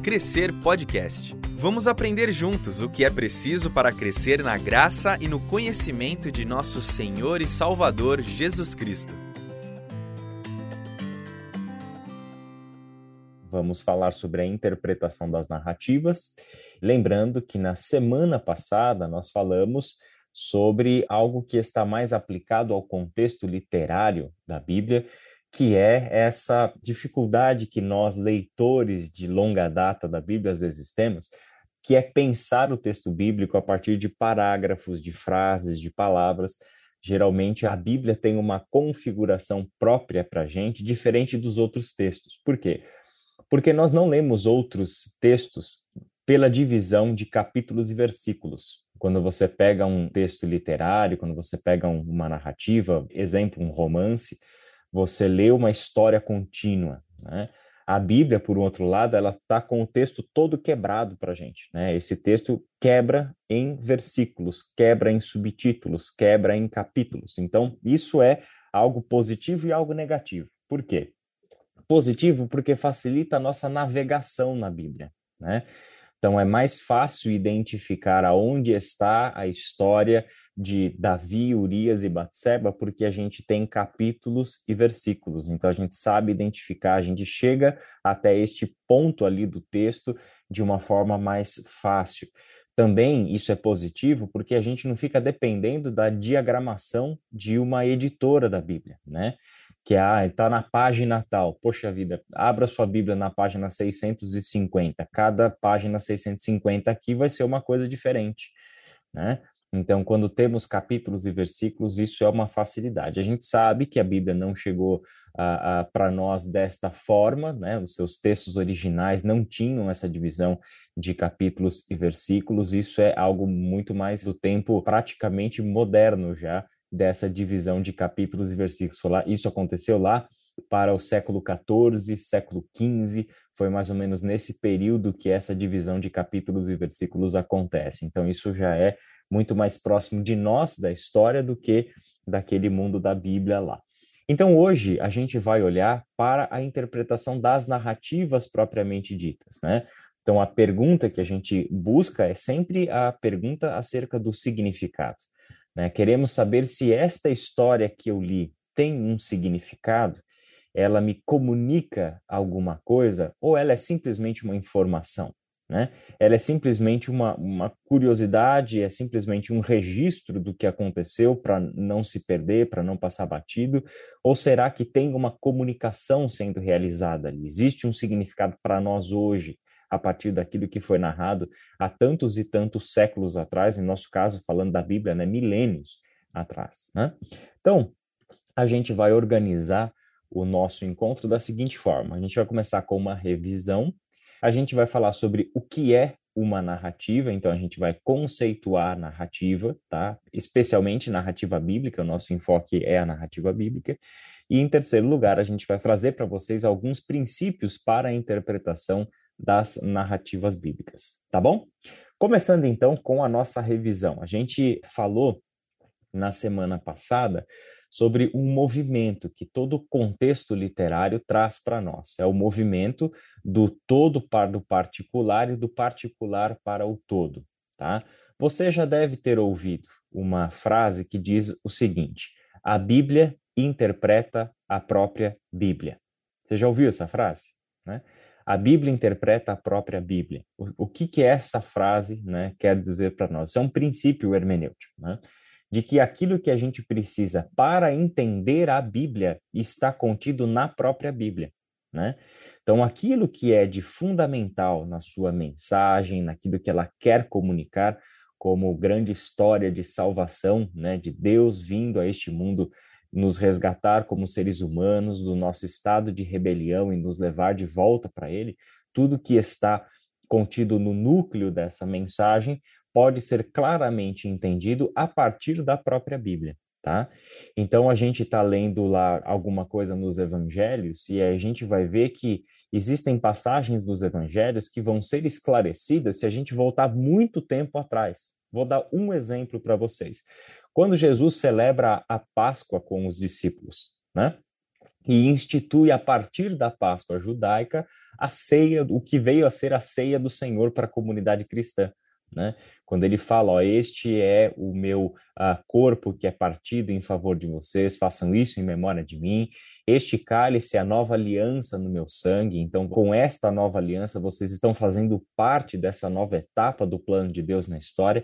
Crescer Podcast. Vamos aprender juntos o que é preciso para crescer na graça e no conhecimento de nosso Senhor e Salvador Jesus Cristo. Vamos falar sobre a interpretação das narrativas. Lembrando que na semana passada nós falamos sobre algo que está mais aplicado ao contexto literário da Bíblia, que é essa dificuldade que nós, leitores de longa data da Bíblia, às vezes temos, que é pensar o texto bíblico a partir de parágrafos, de frases, de palavras. Geralmente a Bíblia tem uma configuração própria para a gente, diferente dos outros textos. Por quê? Porque nós não lemos outros textos pela divisão de capítulos e versículos. Quando você pega um texto literário, quando você pega uma narrativa, exemplo, um romance, você lê uma história contínua, né? A Bíblia, por outro lado, ela está com o texto todo quebrado para a gente, né? Esse texto quebra em versículos, quebra em subtítulos, quebra em capítulos. Então, isso é algo positivo e algo negativo. Por quê? Positivo porque facilita a nossa navegação na Bíblia, né? Então é mais fácil identificar aonde está a história de Davi, Urias e Batseba, porque a gente tem capítulos e versículos. Então a gente sabe identificar, a gente chega até este ponto ali do texto de uma forma mais fácil. Também isso é positivo porque a gente não fica dependendo da diagramação de uma editora da Bíblia, né? Que está na página tal. Poxa vida, abra sua Bíblia na página 650. Cada página 650 aqui vai ser uma coisa diferente, né? Então, quando temos capítulos e versículos, isso é uma facilidade. A gente sabe que a Bíblia não chegou para nós desta forma, né? Os seus textos originais não tinham essa divisão de capítulos e versículos. Isso é algo muito mais do tempo praticamente moderno já, dessa divisão de capítulos e versículos. Isso aconteceu lá para o século XIV, século XV, foi mais ou menos nesse período que essa divisão de capítulos e versículos acontece. Então, isso já é muito mais próximo de nós, da história, do que daquele mundo da Bíblia lá. Então, hoje, a gente vai olhar para a interpretação das narrativas propriamente ditas, né? Então, a pergunta que a gente busca é sempre a pergunta acerca do significado, né? Queremos saber se esta história que eu li tem um significado, ela me comunica alguma coisa, ou ela é simplesmente uma informação, né? Ela é simplesmente uma curiosidade, é simplesmente um registro do que aconteceu para não se perder, para não passar batido, ou será que tem uma comunicação sendo realizada ali? Existe um significado para nós hoje, a partir daquilo que foi narrado há tantos e tantos séculos atrás, em nosso caso, falando da Bíblia, né, milênios atrás, né? Então, a gente vai organizar o nosso encontro da seguinte forma: a gente vai começar com uma revisão, a gente vai falar sobre o que é uma narrativa, então a gente vai conceituar a narrativa, tá? Especialmente narrativa bíblica, o nosso enfoque é a narrativa bíblica. E em terceiro lugar, a gente vai trazer para vocês alguns princípios para a interpretação das narrativas bíblicas, tá bom? Começando então com a nossa revisão. A gente falou na semana passada sobre um movimento que todo contexto literário traz para nós. É o movimento do todo para o particular e do particular para o todo, tá? Você já deve ter ouvido uma frase que diz o seguinte: a Bíblia interpreta a própria Bíblia. Você já ouviu essa frase, né? A Bíblia interpreta a própria Bíblia. O que essa frase, né, quer dizer para nós? Isso é um princípio hermenêutico, né? De que aquilo que a gente precisa para entender a Bíblia está contido na própria Bíblia, né? Então, aquilo que é de fundamental na sua mensagem, naquilo que ela quer comunicar, como grande história de salvação, né, de Deus vindo a este mundo nos resgatar como seres humanos do nosso estado de rebelião e nos levar de volta para Ele, tudo que está contido no núcleo dessa mensagem pode ser claramente entendido a partir da própria Bíblia, tá? Então, a gente está lendo lá alguma coisa nos evangelhos e a gente vai ver que existem passagens dos evangelhos que vão ser esclarecidas se a gente voltar muito tempo atrás. Vou dar um exemplo para vocês. Quando Jesus celebra a Páscoa com os discípulos, né? e institui a partir da Páscoa judaica a ceia, o que veio a ser a ceia do Senhor para a comunidade cristã, né? Quando ele fala, ó, este é o meu corpo que é partido em favor de vocês, façam isso em memória de mim. Este cálice é a nova aliança no meu sangue. Então, com esta nova aliança, vocês estão fazendo parte dessa nova etapa do plano de Deus na história.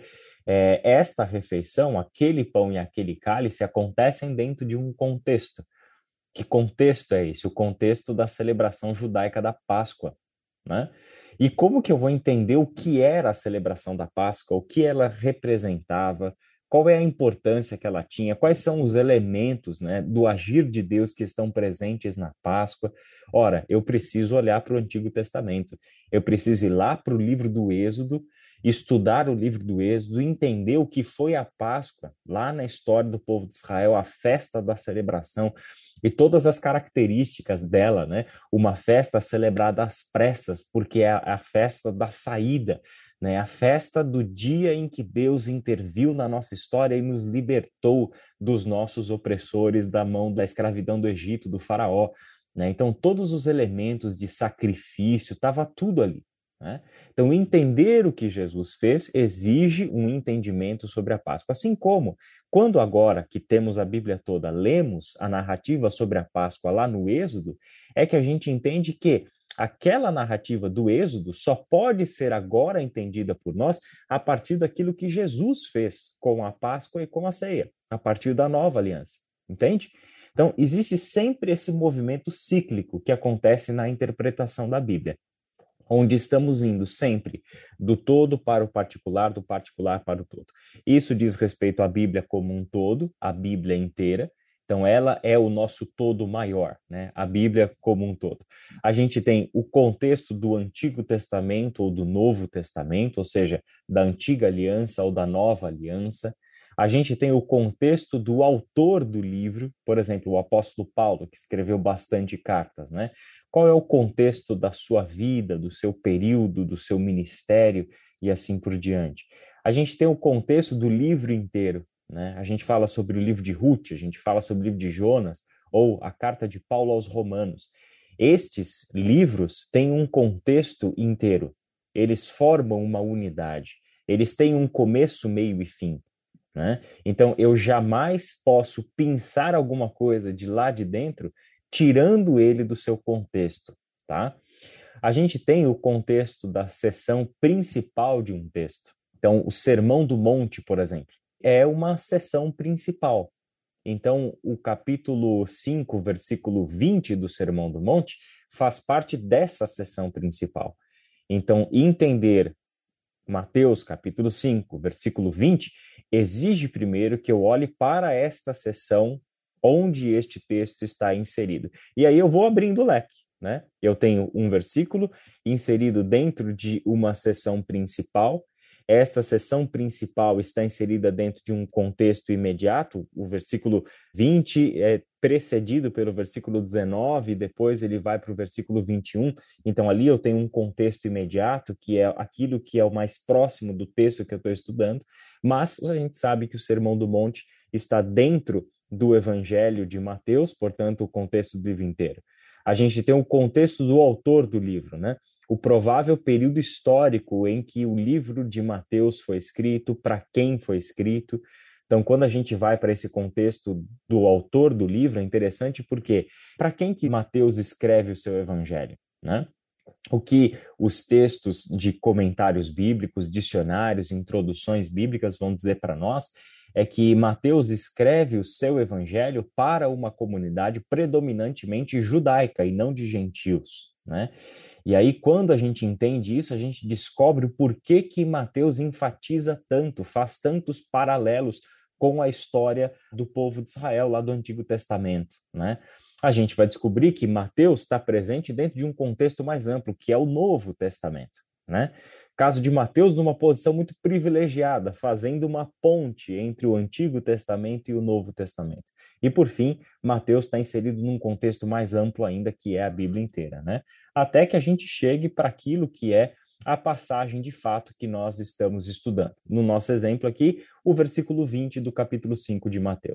Esta refeição, aquele pão e aquele cálice, acontecem dentro de um contexto. Que contexto é esse? O contexto da celebração judaica da Páscoa, né? E como que eu vou entender o que era a celebração da Páscoa, o que ela representava, qual é a importância que ela tinha, quais são os elementos, né, do agir de Deus que estão presentes na Páscoa? Ora, eu preciso olhar para o Antigo Testamento, eu preciso ir lá para o livro do Êxodo, estudar o livro do Êxodo, entender o que foi a Páscoa, lá na história do povo de Israel, a festa da celebração, e todas as características dela, né? Uma festa celebrada às pressas, porque é a festa da saída, né? A festa do dia em que Deus interviu na nossa história e nos libertou dos nossos opressores, da mão da escravidão do Egito, do faraó, né? Então, todos os elementos de sacrifício, estava tudo ali, né? Então, entender o que Jesus fez exige um entendimento sobre a Páscoa, assim como quando agora que temos a Bíblia toda, lemos a narrativa sobre a Páscoa lá no Êxodo, é que a gente entende que aquela narrativa do Êxodo só pode ser agora entendida por nós a partir daquilo que Jesus fez com a Páscoa e com a ceia, a partir da nova aliança, entende? Então, existe sempre esse movimento cíclico que acontece na interpretação da Bíblia, onde estamos indo sempre do todo para o particular, do particular para o todo. Isso diz respeito à Bíblia como um todo, a Bíblia inteira. Então, ela é o nosso todo maior, né? A Bíblia como um todo. A gente tem o contexto do Antigo Testamento ou do Novo Testamento, ou seja, da Antiga Aliança ou da Nova Aliança. A gente tem o contexto do autor do livro, por exemplo, o apóstolo Paulo, que escreveu bastante cartas, né? Qual é o contexto da sua vida, do seu período, do seu ministério e assim por diante. A gente tem o contexto do livro inteiro, né? A gente fala sobre o livro de Ruth, a gente fala sobre o livro de Jonas ou a carta de Paulo aos Romanos. Estes livros têm um contexto inteiro. Eles formam uma unidade. Eles têm um começo, meio e fim, né? Então, eu jamais posso pensar alguma coisa de lá de dentro tirando ele do seu contexto, tá? A gente tem o contexto da seção principal de um texto. Então, o Sermão do Monte, por exemplo, é uma seção principal. Então, o capítulo 5, versículo 20 do Sermão do Monte faz parte dessa seção principal. Então, entender Mateus, capítulo 5, versículo 20, exige primeiro que eu olhe para esta seção onde este texto está inserido. E aí eu vou abrindo o leque, né? Eu tenho um versículo inserido dentro de uma seção principal. Esta seção principal está inserida dentro de um contexto imediato. O versículo 20 é precedido pelo versículo 19, depois ele vai para o versículo 21. Então, ali eu tenho um contexto imediato, que é aquilo que é o mais próximo do texto que eu estou estudando, mas a gente sabe que o Sermão do Monte está dentro do Evangelho de Mateus, portanto, o contexto do livro inteiro. A gente tem o contexto do autor do livro, né? O provável período histórico em que o livro de Mateus foi escrito, para quem foi escrito. Então, quando a gente vai para esse contexto do autor do livro, é interessante porque para quem que Mateus escreve o seu evangelho, né? O que os textos de comentários bíblicos, dicionários, introduções bíblicas vão dizer para nós é que Mateus escreve o seu evangelho para uma comunidade predominantemente judaica e não de gentios, né? E aí, quando a gente entende isso, a gente descobre o porquê que Mateus enfatiza tanto, faz tantos paralelos com a história do povo de Israel lá do Antigo Testamento, né? A gente vai descobrir que Mateus está presente dentro de um contexto mais amplo, que é o Novo Testamento, né? Caso de Mateus numa posição muito privilegiada, fazendo uma ponte entre o Antigo Testamento e o Novo Testamento. E, por fim, Mateus está inserido num contexto mais amplo ainda, que é a Bíblia inteira, né? Até que a gente chegue para aquilo que é a passagem de fato que nós estamos estudando. No nosso exemplo aqui, o versículo 20 do capítulo 5 de Mateus.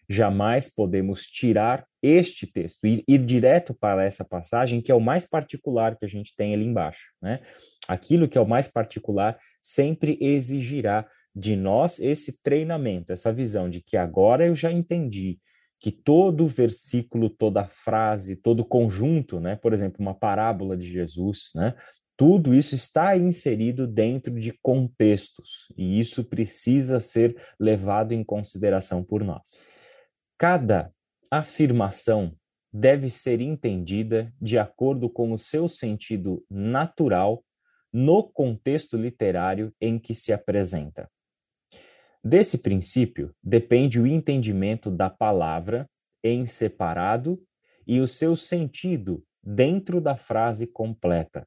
Jamais podemos tirar este texto e ir direto para essa passagem, que é o mais particular que a gente tem ali embaixo, né? Aquilo que é o mais particular sempre exigirá de nós esse treinamento, essa visão de que agora eu já entendi que todo versículo, toda frase, todo conjunto, né? Por exemplo, uma parábola de Jesus, né? Tudo isso está inserido dentro de contextos e isso precisa ser levado em consideração por nós. Cada afirmação deve ser entendida de acordo com o seu sentido natural no contexto literário em que se apresenta. Desse princípio depende o entendimento da palavra em separado e o seu sentido dentro da frase completa.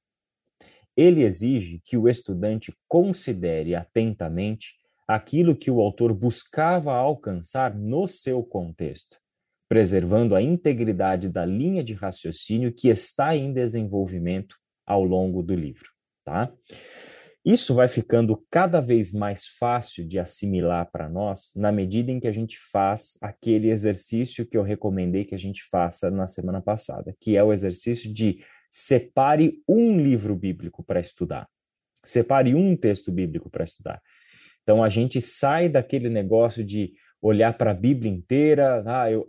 Ele exige que o estudante considere atentamente aquilo que o autor buscava alcançar no seu contexto, preservando a integridade da linha de raciocínio que está em desenvolvimento ao longo do livro, tá? Isso vai ficando cada vez mais fácil de assimilar para nós na medida em que a gente faz aquele exercício que eu recomendei que a gente faça na semana passada, que é o exercício de separe um livro bíblico para estudar. Separe um texto bíblico para estudar. Então, a gente sai daquele negócio de olhar para a Bíblia inteira.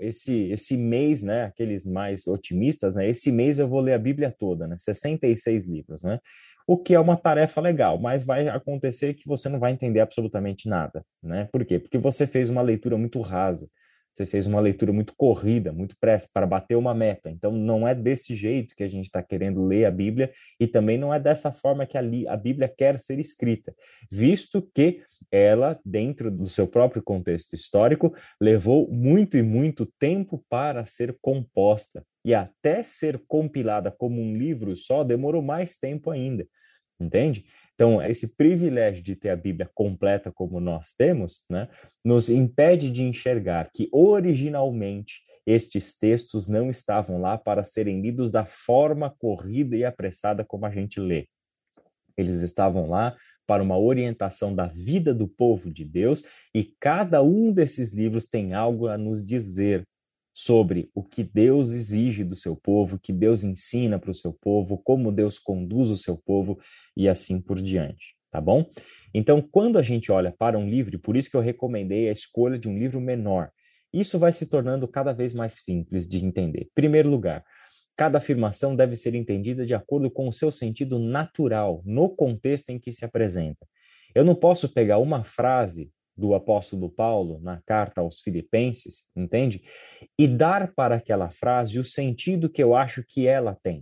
Esse mês, né, aqueles mais otimistas, né, esse mês eu vou ler a Bíblia toda, né, 66 livros, né? O que é uma tarefa legal, mas vai acontecer que você não vai entender absolutamente nada, né? Por quê? Porque você fez uma leitura muito rasa, você fez uma leitura muito corrida, muito pressa, para bater uma meta. Então, não é desse jeito que a gente está querendo ler a Bíblia e também não é dessa forma que a Bíblia quer ser escrita, visto que ela, dentro do seu próprio contexto histórico, levou muito e muito tempo para ser composta. E até ser compilada como um livro só, demorou mais tempo ainda, entende? Então, esse privilégio de ter a Bíblia completa como nós temos, né, nos impede de enxergar que, originalmente, estes textos não estavam lá para serem lidos da forma corrida e apressada como a gente lê. Eles estavam lá para uma orientação da vida do povo de Deus e cada um desses livros tem algo a nos dizer sobre o que Deus exige do seu povo, o que Deus ensina para o seu povo, como Deus conduz o seu povo e assim por diante, tá bom? Então, quando a gente olha para um livro, por isso que eu recomendei a escolha de um livro menor, isso vai se tornando cada vez mais simples de entender. Em primeiro lugar, cada afirmação deve ser entendida de acordo com o seu sentido natural, no contexto em que se apresenta. Eu não posso pegar uma frase do apóstolo Paulo na carta aos Filipenses, entende? E dar para aquela frase o sentido que eu acho que ela tem.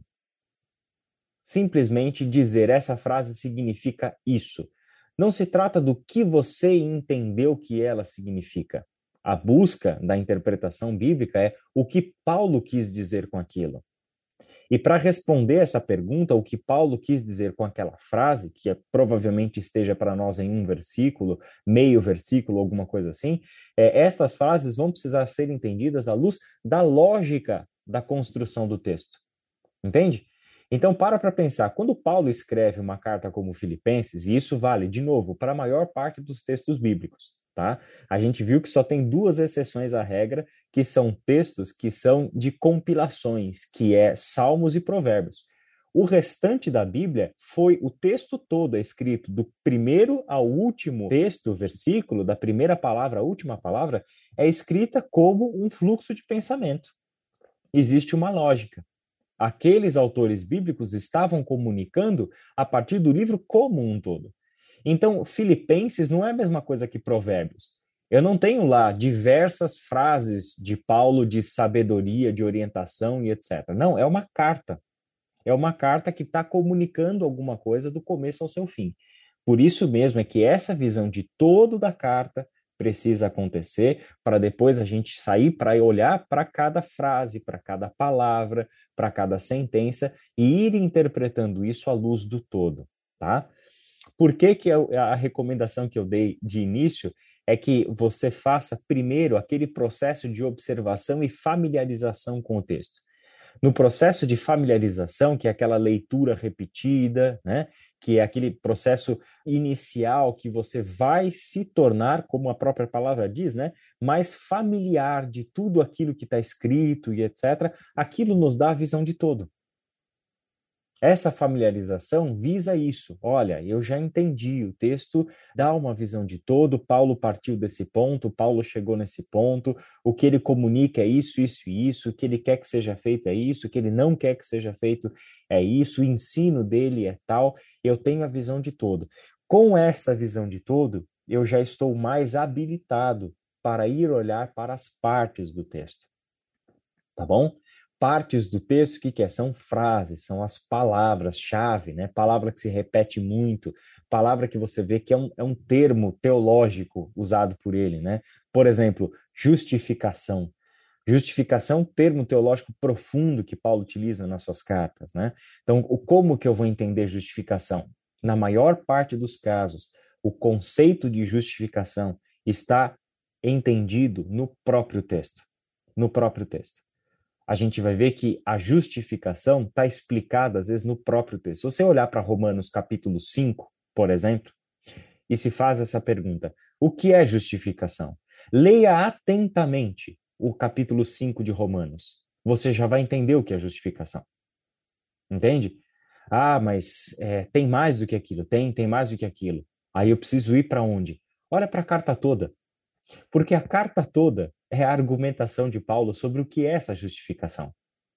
Simplesmente dizer essa frase significa isso. Não se trata do que você entendeu que ela significa. A busca da interpretação bíblica é o que Paulo quis dizer com aquilo. E para responder essa pergunta, o que Paulo quis dizer com aquela frase, que provavelmente esteja para nós em um versículo, meio versículo, alguma coisa assim, estas frases vão precisar ser entendidas à luz da lógica da construção do texto. Entende? Então, para pensar, quando Paulo escreve uma carta como Filipenses, e isso vale, de novo, para a maior parte dos textos bíblicos, tá? A gente viu que só tem duas exceções à regra, que são textos que são de compilações, que é Salmos e Provérbios. O restante da Bíblia foi o texto todo escrito do primeiro ao último texto, versículo, da primeira palavra à última palavra, é escrita como um fluxo de pensamento. Existe uma lógica. Aqueles autores bíblicos estavam comunicando a partir do livro como um todo. Então, Filipenses não é a mesma coisa que Provérbios. Eu não tenho lá diversas frases de Paulo de sabedoria, de orientação e etc. Não, é uma carta. É uma carta que está comunicando alguma coisa do começo ao seu fim. Por isso mesmo é que essa visão de todo da carta precisa acontecer para depois a gente sair para olhar para cada frase, para cada palavra, para cada sentença e ir interpretando isso à luz do todo, tá? Por que a recomendação que eu dei de início é que você faça primeiro aquele processo de observação e familiarização com o texto? No processo de familiarização, que é aquela leitura repetida, né? Que é aquele processo inicial que você vai se tornar, como a própria palavra diz, né? Mais familiar de tudo aquilo que está escrito e etc. Aquilo nos dá a visão de todo. Essa familiarização visa isso. Olha, eu já entendi, o texto dá uma visão de todo, Paulo partiu desse ponto, Paulo chegou nesse ponto, o que ele comunica é isso, isso e isso, o que ele quer que seja feito é isso, o que ele não quer que seja feito é isso, o ensino dele é tal, eu tenho a visão de todo. Com essa visão de todo, eu já estou mais habilitado para ir olhar para as partes do texto. Tá bom? Partes do texto, o que é? São frases, são as palavras-chave, né? Palavra que se repete muito, palavra que você vê que é um termo teológico usado por ele, né? Por exemplo, justificação. Justificação, termo teológico profundo que Paulo utiliza nas suas cartas, né? Então, como que eu vou entender justificação? Na maior parte dos casos, o conceito de justificação está entendido no próprio texto. No próprio texto. A gente vai ver que a justificação está explicada, às vezes, no próprio texto. Se você olhar para Romanos capítulo 5, por exemplo, e se faz essa pergunta, o que é justificação? Leia atentamente o capítulo 5 de Romanos. Você já vai entender o que é justificação. Entende? Ah, mas tem mais do que aquilo. Tem mais do que aquilo. Aí eu preciso ir para onde? Olha para a carta toda. Porque a carta toda é a argumentação de Paulo sobre o que é essa justificação.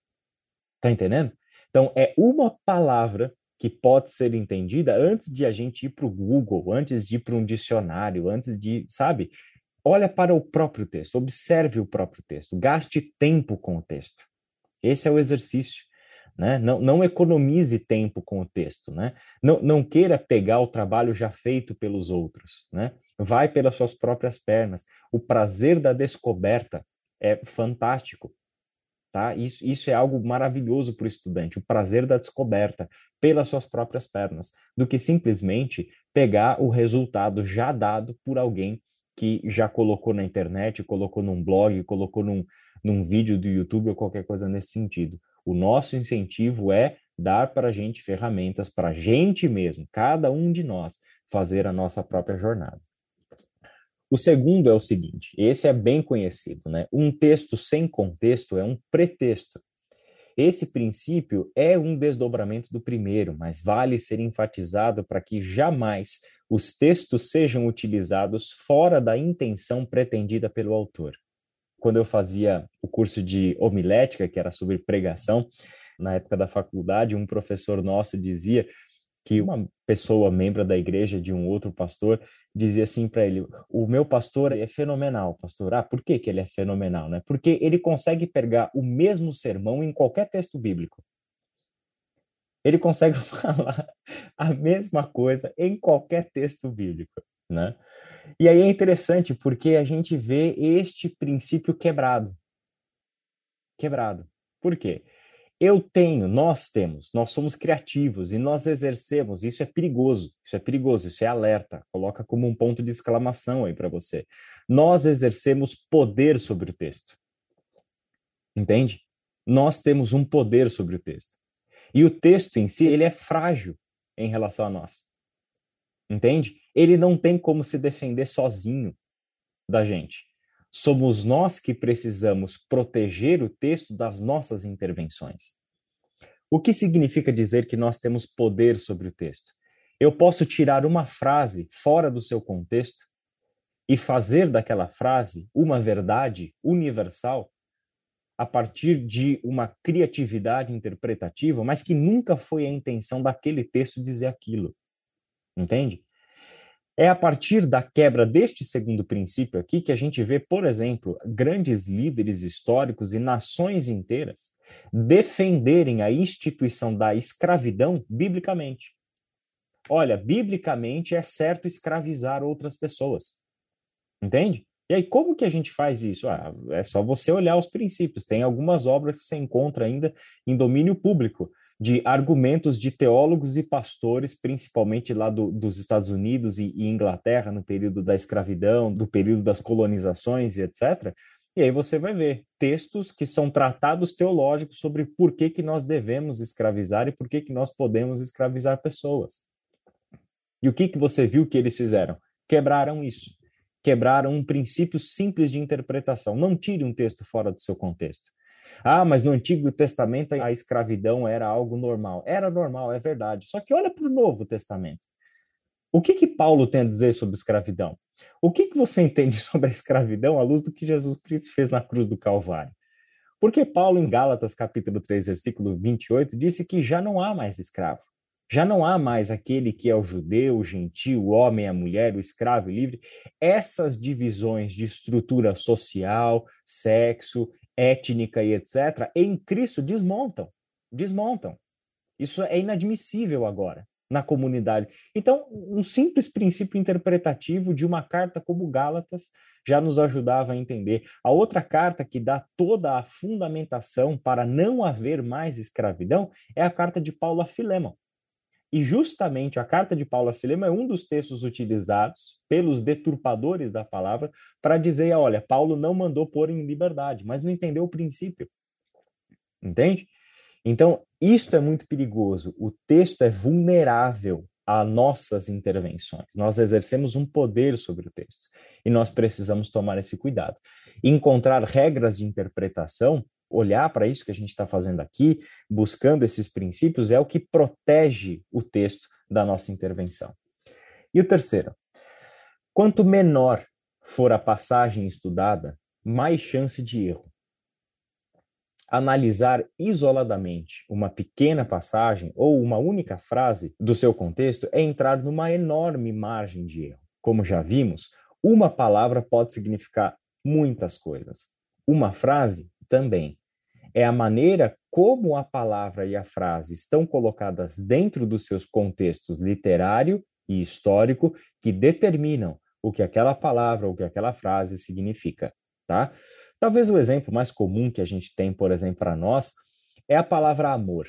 Tá entendendo? Então, é uma palavra que pode ser entendida antes de a gente ir para o Google, antes de ir para um dicionário, antes de, sabe? Olha para o próprio texto, observe o próprio texto, gaste tempo com o texto. Esse é o exercício. Né? Não economize tempo com o texto. Né? Não queira pegar o trabalho já feito pelos outros. Né? Vai pelas suas próprias pernas. O prazer da descoberta é fantástico. Tá? Isso é algo maravilhoso para o estudante, o prazer da descoberta pelas suas próprias pernas, do que simplesmente pegar o resultado já dado por alguém que já colocou na internet, colocou num blog, colocou num vídeo do YouTube ou qualquer coisa nesse sentido. O nosso incentivo é dar para a gente ferramentas, para a gente mesmo, cada um de nós, fazer a nossa própria jornada. O segundo é o seguinte, esse é bem conhecido, né? Um texto sem contexto é um pretexto. Esse princípio é um desdobramento do primeiro, mas vale ser enfatizado para que jamais os textos sejam utilizados fora da intenção pretendida pelo autor. Quando eu fazia o curso de homilética, que era sobre pregação, na época da faculdade, um professor nosso dizia que uma pessoa, membro da igreja de um outro pastor, dizia assim para ele, o meu pastor é fenomenal, pastor. Ah, por que ele é fenomenal? Né? Porque ele consegue pegar o mesmo sermão em qualquer texto bíblico. Ele consegue falar a mesma coisa em qualquer texto bíblico, né? E aí é interessante porque a gente vê este princípio quebrado. Quebrado. Por quê? Nós temos, nós somos criativos e nós exercemos, isso é perigoso, isso é alerta, coloca como um ponto de exclamação aí para você. Nós exercemos poder sobre o texto. Entende? Nós temos um poder sobre o texto. E o texto em si, ele é frágil em relação a nós. Entende? Ele não tem como se defender sozinho da gente. Somos nós que precisamos proteger o texto das nossas intervenções. O que significa dizer que nós temos poder sobre o texto? Eu posso tirar uma frase fora do seu contexto e fazer daquela frase uma verdade universal a partir de uma criatividade interpretativa, mas que nunca foi a intenção daquele texto dizer aquilo. Entende? É a partir da quebra deste segundo princípio aqui que a gente vê, por exemplo, grandes líderes históricos e nações inteiras defenderem a instituição da escravidão biblicamente. Olha, biblicamente é certo escravizar outras pessoas. Entende? E aí, como que a gente faz isso? Ah, é só você olhar os princípios. Tem algumas obras que você encontra ainda em domínio público, de argumentos de teólogos e pastores, principalmente lá dos Estados Unidos e Inglaterra, no período da escravidão, do período das colonizações e etc., E aí você vai ver textos que são tratados teológicos sobre por que que nós devemos escravizar e por que que nós podemos escravizar pessoas. E o que que você viu que eles fizeram? Quebraram isso. Quebraram um princípio simples de interpretação. Não tire um texto fora do seu contexto. Ah, mas no Antigo Testamento a escravidão era algo normal. Era normal, é verdade. Só que olha para o Novo Testamento. O que que Paulo tem a dizer sobre escravidão? O que que você entende sobre a escravidão à luz do que Jesus Cristo fez na cruz do Calvário? Porque Paulo, em Gálatas, capítulo 3, versículo 28, disse que já não há mais escravo. Já não há mais aquele que é o judeu, o gentio, o homem, a mulher, o escravo e livre. Essas divisões de estrutura social, sexo, étnica e etc., em Cristo desmontam. Desmontam. Isso é inadmissível agora na comunidade. Então, um simples princípio interpretativo de uma carta como Gálatas já nos ajudava a entender. A outra carta que dá toda a fundamentação para não haver mais escravidão é a carta de Paulo a Filemon. E justamente a carta de Paulo a Filemon é um dos textos utilizados pelos deturpadores da palavra para dizer, olha, Paulo não mandou pôr em liberdade, mas não entendeu o princípio. Entende? Então, isto é muito perigoso. O texto é vulnerável a nossas intervenções. Nós exercemos um poder sobre o texto e nós precisamos tomar esse cuidado. Encontrar regras de interpretação, olhar para isso que a gente está fazendo aqui, buscando esses princípios, é o que protege o texto da nossa intervenção. E o terceiro, quanto menor for a passagem estudada, mais chance de erro. Analisar isoladamente uma pequena passagem ou uma única frase do seu contexto é entrar numa enorme margem de erro. Como já vimos, uma palavra pode significar muitas coisas. Uma frase também. É a maneira como a palavra e a frase estão colocadas dentro dos seus contextos literário e histórico que determinam o que aquela palavra ou o que aquela frase significa, tá? Talvez o exemplo mais comum que a gente tem, por exemplo, para nós, é a palavra amor.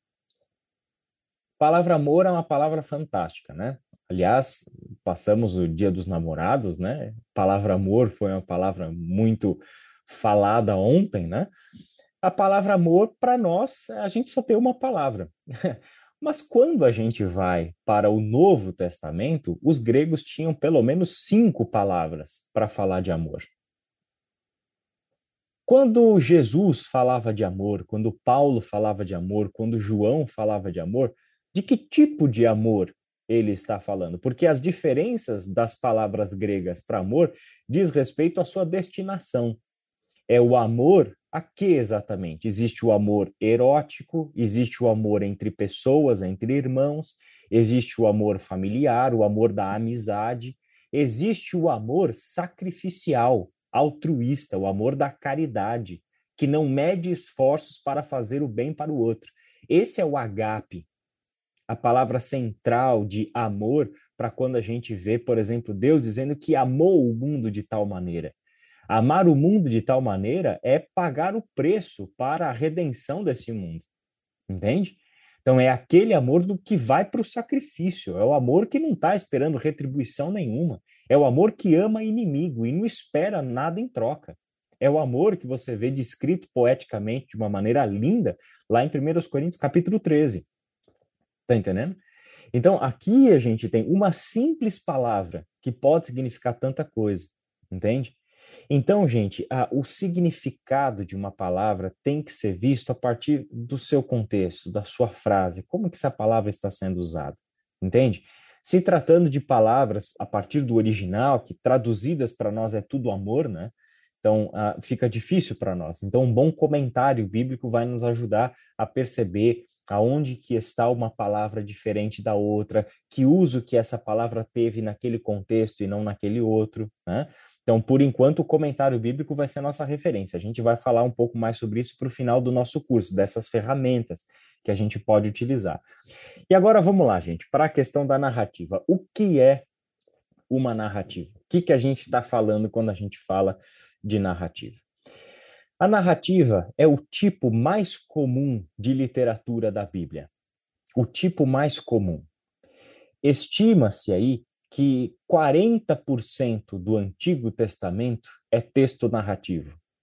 A palavra amor é uma palavra fantástica, né? Aliás, passamos o Dia dos Namorados, né? A palavra amor foi uma palavra muito falada ontem, né? A palavra amor, para nós, a gente só tem uma palavra. Mas quando a gente vai para o Novo Testamento, os gregos tinham pelo menos 5 palavras para falar de amor. Quando Jesus falava de amor, quando Paulo falava de amor, quando João falava de amor, de que tipo de amor ele está falando? Porque as diferenças das palavras gregas para amor diz respeito à sua destinação. É o amor a que exatamente? Existe o amor erótico, existe o amor entre pessoas, entre irmãos, existe o amor familiar, o amor da amizade, existe o amor sacrificial, altruísta, o amor da caridade, que não mede esforços para fazer o bem para o outro. Esse é o agape, a palavra central de amor para quando a gente vê, por exemplo, Deus dizendo que amou o mundo de tal maneira. Amar o mundo de tal maneira é pagar o preço para a redenção desse mundo, entende? Então é aquele amor do que vai para o sacrifício, é o amor que não está esperando retribuição nenhuma, é o amor que ama inimigo e não espera nada em troca. É o amor que você vê descrito poeticamente de uma maneira linda lá em 1 Coríntios capítulo 13. Tá entendendo? Então aqui a gente tem uma simples palavra que pode significar tanta coisa, entende? Então, gente, o significado de uma palavra tem que ser visto a partir do seu contexto, da sua frase, como que essa palavra está sendo usada, entende? Se tratando de palavras a partir do original, que traduzidas para nós é tudo amor, né? Então, fica difícil para nós. Então, um bom comentário bíblico vai nos ajudar a perceber aonde que está uma palavra diferente da outra, que uso que essa palavra teve naquele contexto e não naquele outro, né? Então, por enquanto, o comentário bíblico vai ser a nossa referência. A gente vai falar um pouco mais sobre isso para o final do nosso curso, dessas ferramentas que a gente pode utilizar. E agora vamos lá, gente, para a questão da narrativa. O que é uma narrativa? O que a gente está falando quando a gente fala de narrativa? A narrativa é o tipo mais comum de literatura da Bíblia. O tipo mais comum. Estima-se aí que 40% do Antigo Testamento é texto narrativo.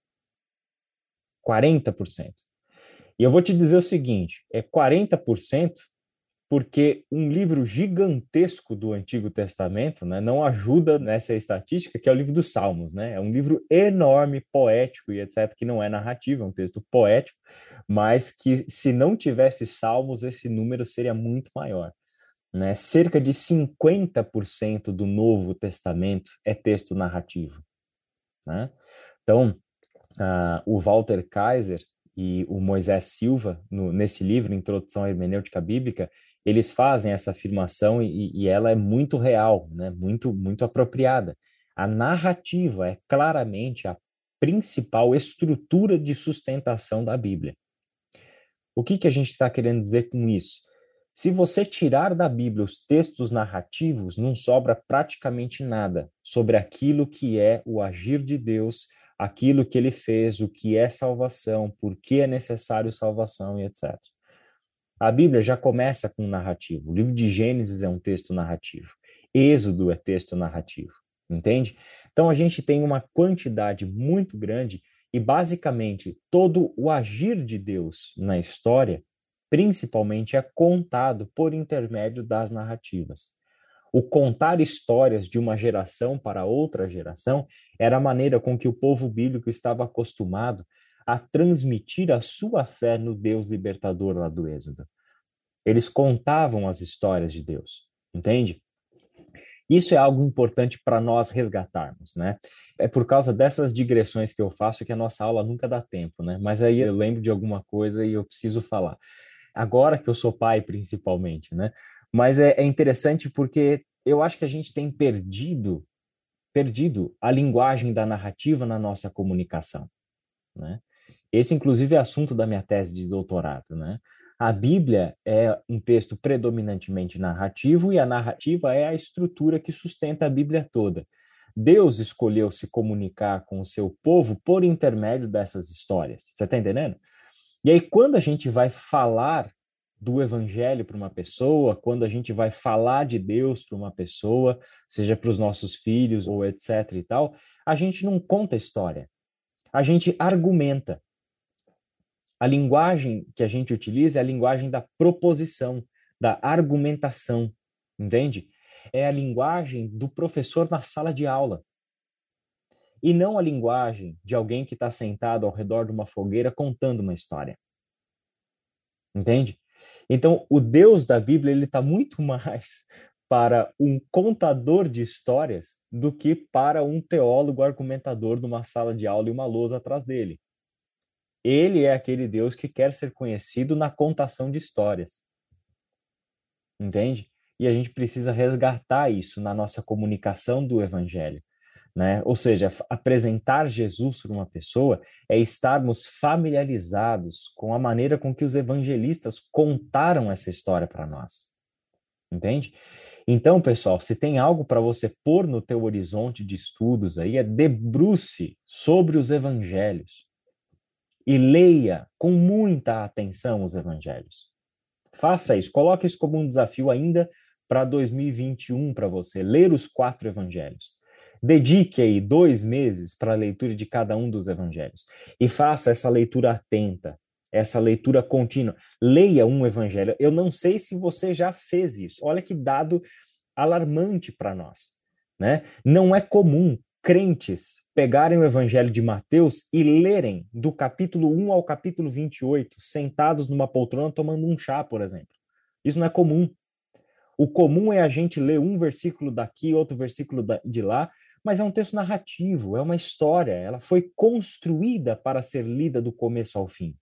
40%. E eu vou te dizer o seguinte, é 40% porque um livro gigantesco do Antigo Testamento, né, não ajuda nessa estatística, que é o livro dos Salmos, né? É um livro enorme, poético e etc., que não é narrativo, é um texto poético, mas que se não tivesse Salmos, esse número seria muito maior, né? Cerca de 50% do Novo Testamento é texto narrativo, né? Então, o Walter Kaiser e o Moisés Silva, nesse livro, Introdução à Hermenêutica Bíblica, eles fazem essa afirmação e ela é muito real, né? Muito apropriada. A narrativa é claramente a principal estrutura de sustentação da Bíblia. O que a gente está querendo dizer com isso? Se você tirar da Bíblia os textos narrativos, não sobra praticamente nada sobre aquilo que é o agir de Deus, aquilo que ele fez, o que é salvação, por que é necessário salvação e etc. A Bíblia já começa com narrativo. O livro de Gênesis é um texto narrativo. Êxodo é texto narrativo, entende? Então a gente tem uma quantidade muito grande e basicamente todo o agir de Deus na história, principalmente, é contado por intermédio das narrativas. O contar histórias de uma geração para outra geração era a maneira com que o povo bíblico estava acostumado a transmitir a sua fé no Deus libertador lá do Êxodo. Eles contavam as histórias de Deus, entende? Isso é algo importante para nós resgatarmos, né? É por causa dessas digressões que eu faço que a nossa aula nunca dá tempo, né? Mas aí eu lembro de alguma coisa e eu preciso falar. Agora que eu sou pai, principalmente, né? Mas é interessante porque eu acho que a gente tem perdido a linguagem da narrativa na nossa comunicação, né? Esse, inclusive, é assunto da minha tese de doutorado, né? A Bíblia é um texto predominantemente narrativo e a narrativa é a estrutura que sustenta a Bíblia toda. Deus escolheu se comunicar com o seu povo por intermédio dessas histórias. Você está entendendo? E aí, quando a gente vai falar do evangelho para uma pessoa, quando a gente vai falar de Deus para uma pessoa, seja para os nossos filhos ou etc e tal, a gente não conta história, a gente argumenta. A linguagem que a gente utiliza é a linguagem da proposição, da argumentação, entende? É a linguagem do professor na sala de aula. E não a linguagem de alguém que está sentado ao redor de uma fogueira contando uma história. Entende? Então, o Deus da Bíblia, ele está muito mais para um contador de histórias do que para um teólogo argumentador numa sala de aula e uma lousa atrás dele. Ele é aquele Deus que quer ser conhecido na contação de histórias. Entende? E a gente precisa resgatar isso na nossa comunicação do evangelho, né? Ou seja, apresentar Jesus para uma pessoa é estarmos familiarizados com a maneira com que os evangelistas contaram essa história para nós. Entende? Então, pessoal, se tem algo para você pôr no teu horizonte de estudos aí, é debruce sobre os evangelhos e leia com muita atenção os evangelhos. Faça isso, coloque isso como um desafio ainda para 2021 para você, ler os 4 evangelhos. Dedique aí 2 meses para a leitura de cada um dos evangelhos e faça essa leitura atenta, essa leitura contínua. Leia um evangelho. Eu não sei se você já fez isso. Olha que dado alarmante para nós, né? Não é comum crentes pegarem o evangelho de Mateus e lerem do capítulo 1 ao capítulo 28, sentados numa poltrona tomando um chá, por exemplo. Isso não é comum. O comum é a gente ler um versículo daqui, outro versículo de lá, mas é um texto narrativo, é uma história, ela foi construída para ser lida do começo ao fim.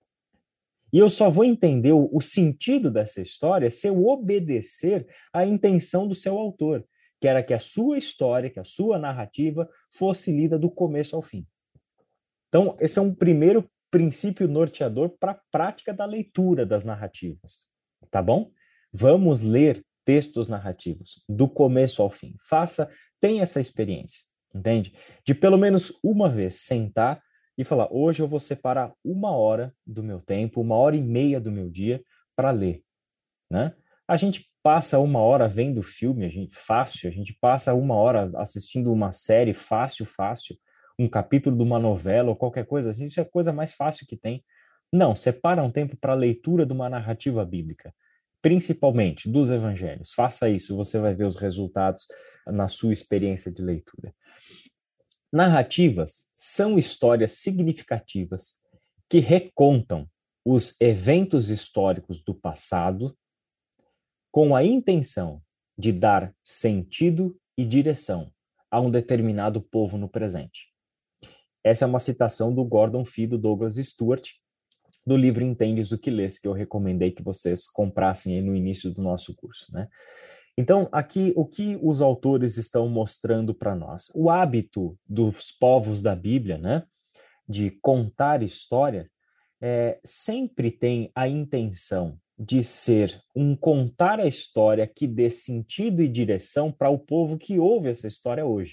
E eu só vou entender o sentido dessa história se eu obedecer à intenção do seu autor, que era que a sua história, que a sua narrativa fosse lida do começo ao fim. Então, esse é um primeiro princípio norteador para a prática da leitura das narrativas, tá bom? Vamos ler textos narrativos do começo ao fim. Tenha essa experiência, entende? De pelo menos uma vez sentar e falar, hoje eu vou separar 1 hora do meu tempo, 1h30 do meu dia para ler, né? A gente passa 1 hora vendo filme, a gente passa 1 hora assistindo uma série fácil. um capítulo de uma novela ou qualquer coisa assim, isso é a coisa mais fácil que tem. Não, separa um tempo para a leitura de uma narrativa bíblica, principalmente dos evangelhos. Faça isso, você vai ver os resultados na sua experiência de leitura. Narrativas são histórias significativas que recontam os eventos históricos do passado com a intenção de dar sentido e direção a um determinado povo no presente. Essa é uma citação do Gordon Fee, do Douglas Stuart, do livro Entendes o que Lês, que eu recomendei que vocês comprassem aí no início do nosso curso, né? Então, aqui, o que os autores estão mostrando para nós? O hábito dos povos da Bíblia, né, de contar história, sempre tem a intenção de ser um contar a história que dê sentido e direção para o povo que ouve essa história hoje.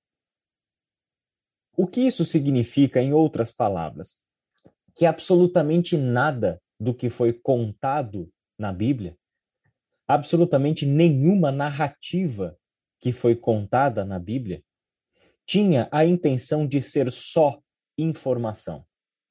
O que isso significa, em outras palavras? Que absolutamente nada do que foi contado na Bíblia, absolutamente nenhuma narrativa que foi contada na Bíblia, tinha a intenção de ser só informação.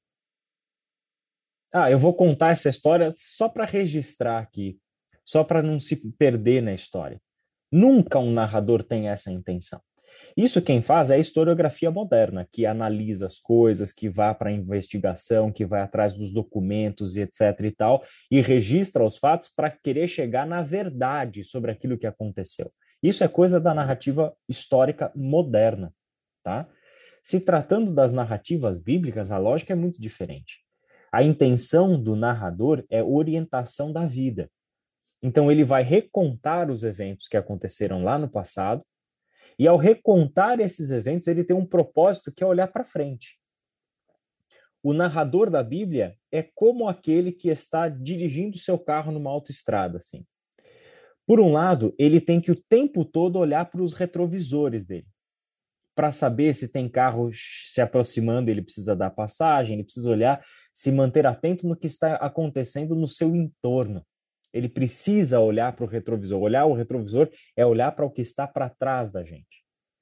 Eu vou contar essa história só para registrar aqui, só para não se perder na história. Nunca um narrador tem essa intenção. Isso quem faz é a historiografia moderna, que analisa as coisas, que vai para a investigação, que vai atrás dos documentos e etc e tal, e registra os fatos para querer chegar na verdade sobre aquilo que aconteceu. Isso é coisa da narrativa histórica moderna, tá? Se tratando das narrativas bíblicas, a lógica é muito diferente. A intenção do narrador é orientação da vida. Então ele vai recontar os eventos que aconteceram lá no passado, e ao recontar esses eventos, ele tem um propósito que é olhar para frente. O narrador da Bíblia é como aquele que está dirigindo seu carro numa autoestrada, assim. Por um lado, ele tem que o tempo todo olhar para os retrovisores dele, para saber se tem carro se aproximando, ele precisa dar passagem, ele precisa olhar, se manter atento no que está acontecendo no seu entorno. Ele precisa olhar para o retrovisor. Olhar o retrovisor é olhar para o que está para trás da gente.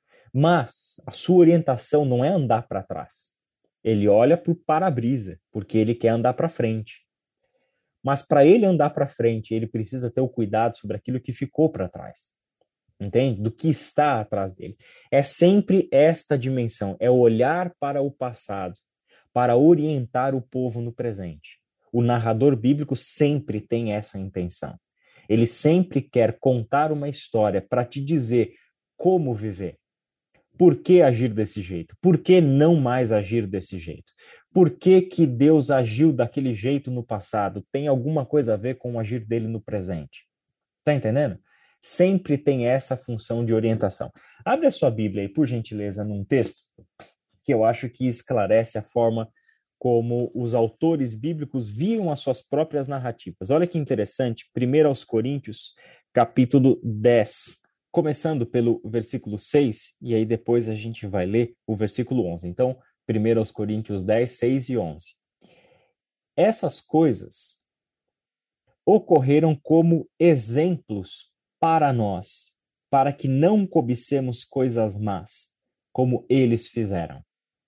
Mas a sua orientação não é andar para trás. Ele olha para o para-brisa, porque ele quer andar para frente. Mas para ele andar para frente, ele precisa ter o cuidado sobre aquilo que ficou para trás. Entende? Do que está atrás dele. É sempre esta dimensão, é olhar para o passado, para orientar o povo no presente. O narrador bíblico sempre tem essa intenção. Ele sempre quer contar uma história para te dizer como viver. Por que agir desse jeito? Por que não mais agir desse jeito? Por que que Deus agiu daquele jeito no passado? Tem alguma coisa a ver com o agir dele no presente? Tá entendendo? Sempre tem essa função de orientação. Abre a sua Bíblia aí, por gentileza, num texto que eu acho que esclarece a forma como os autores bíblicos viam as suas próprias narrativas. Olha que interessante, 1 aos Coríntios, capítulo 10, começando pelo versículo 6, e aí depois a gente vai ler o versículo 11. Então, 1 aos Coríntios 10, 6 e 11. Essas coisas ocorreram como exemplos para nós, para que não cobicemos coisas más, como eles fizeram.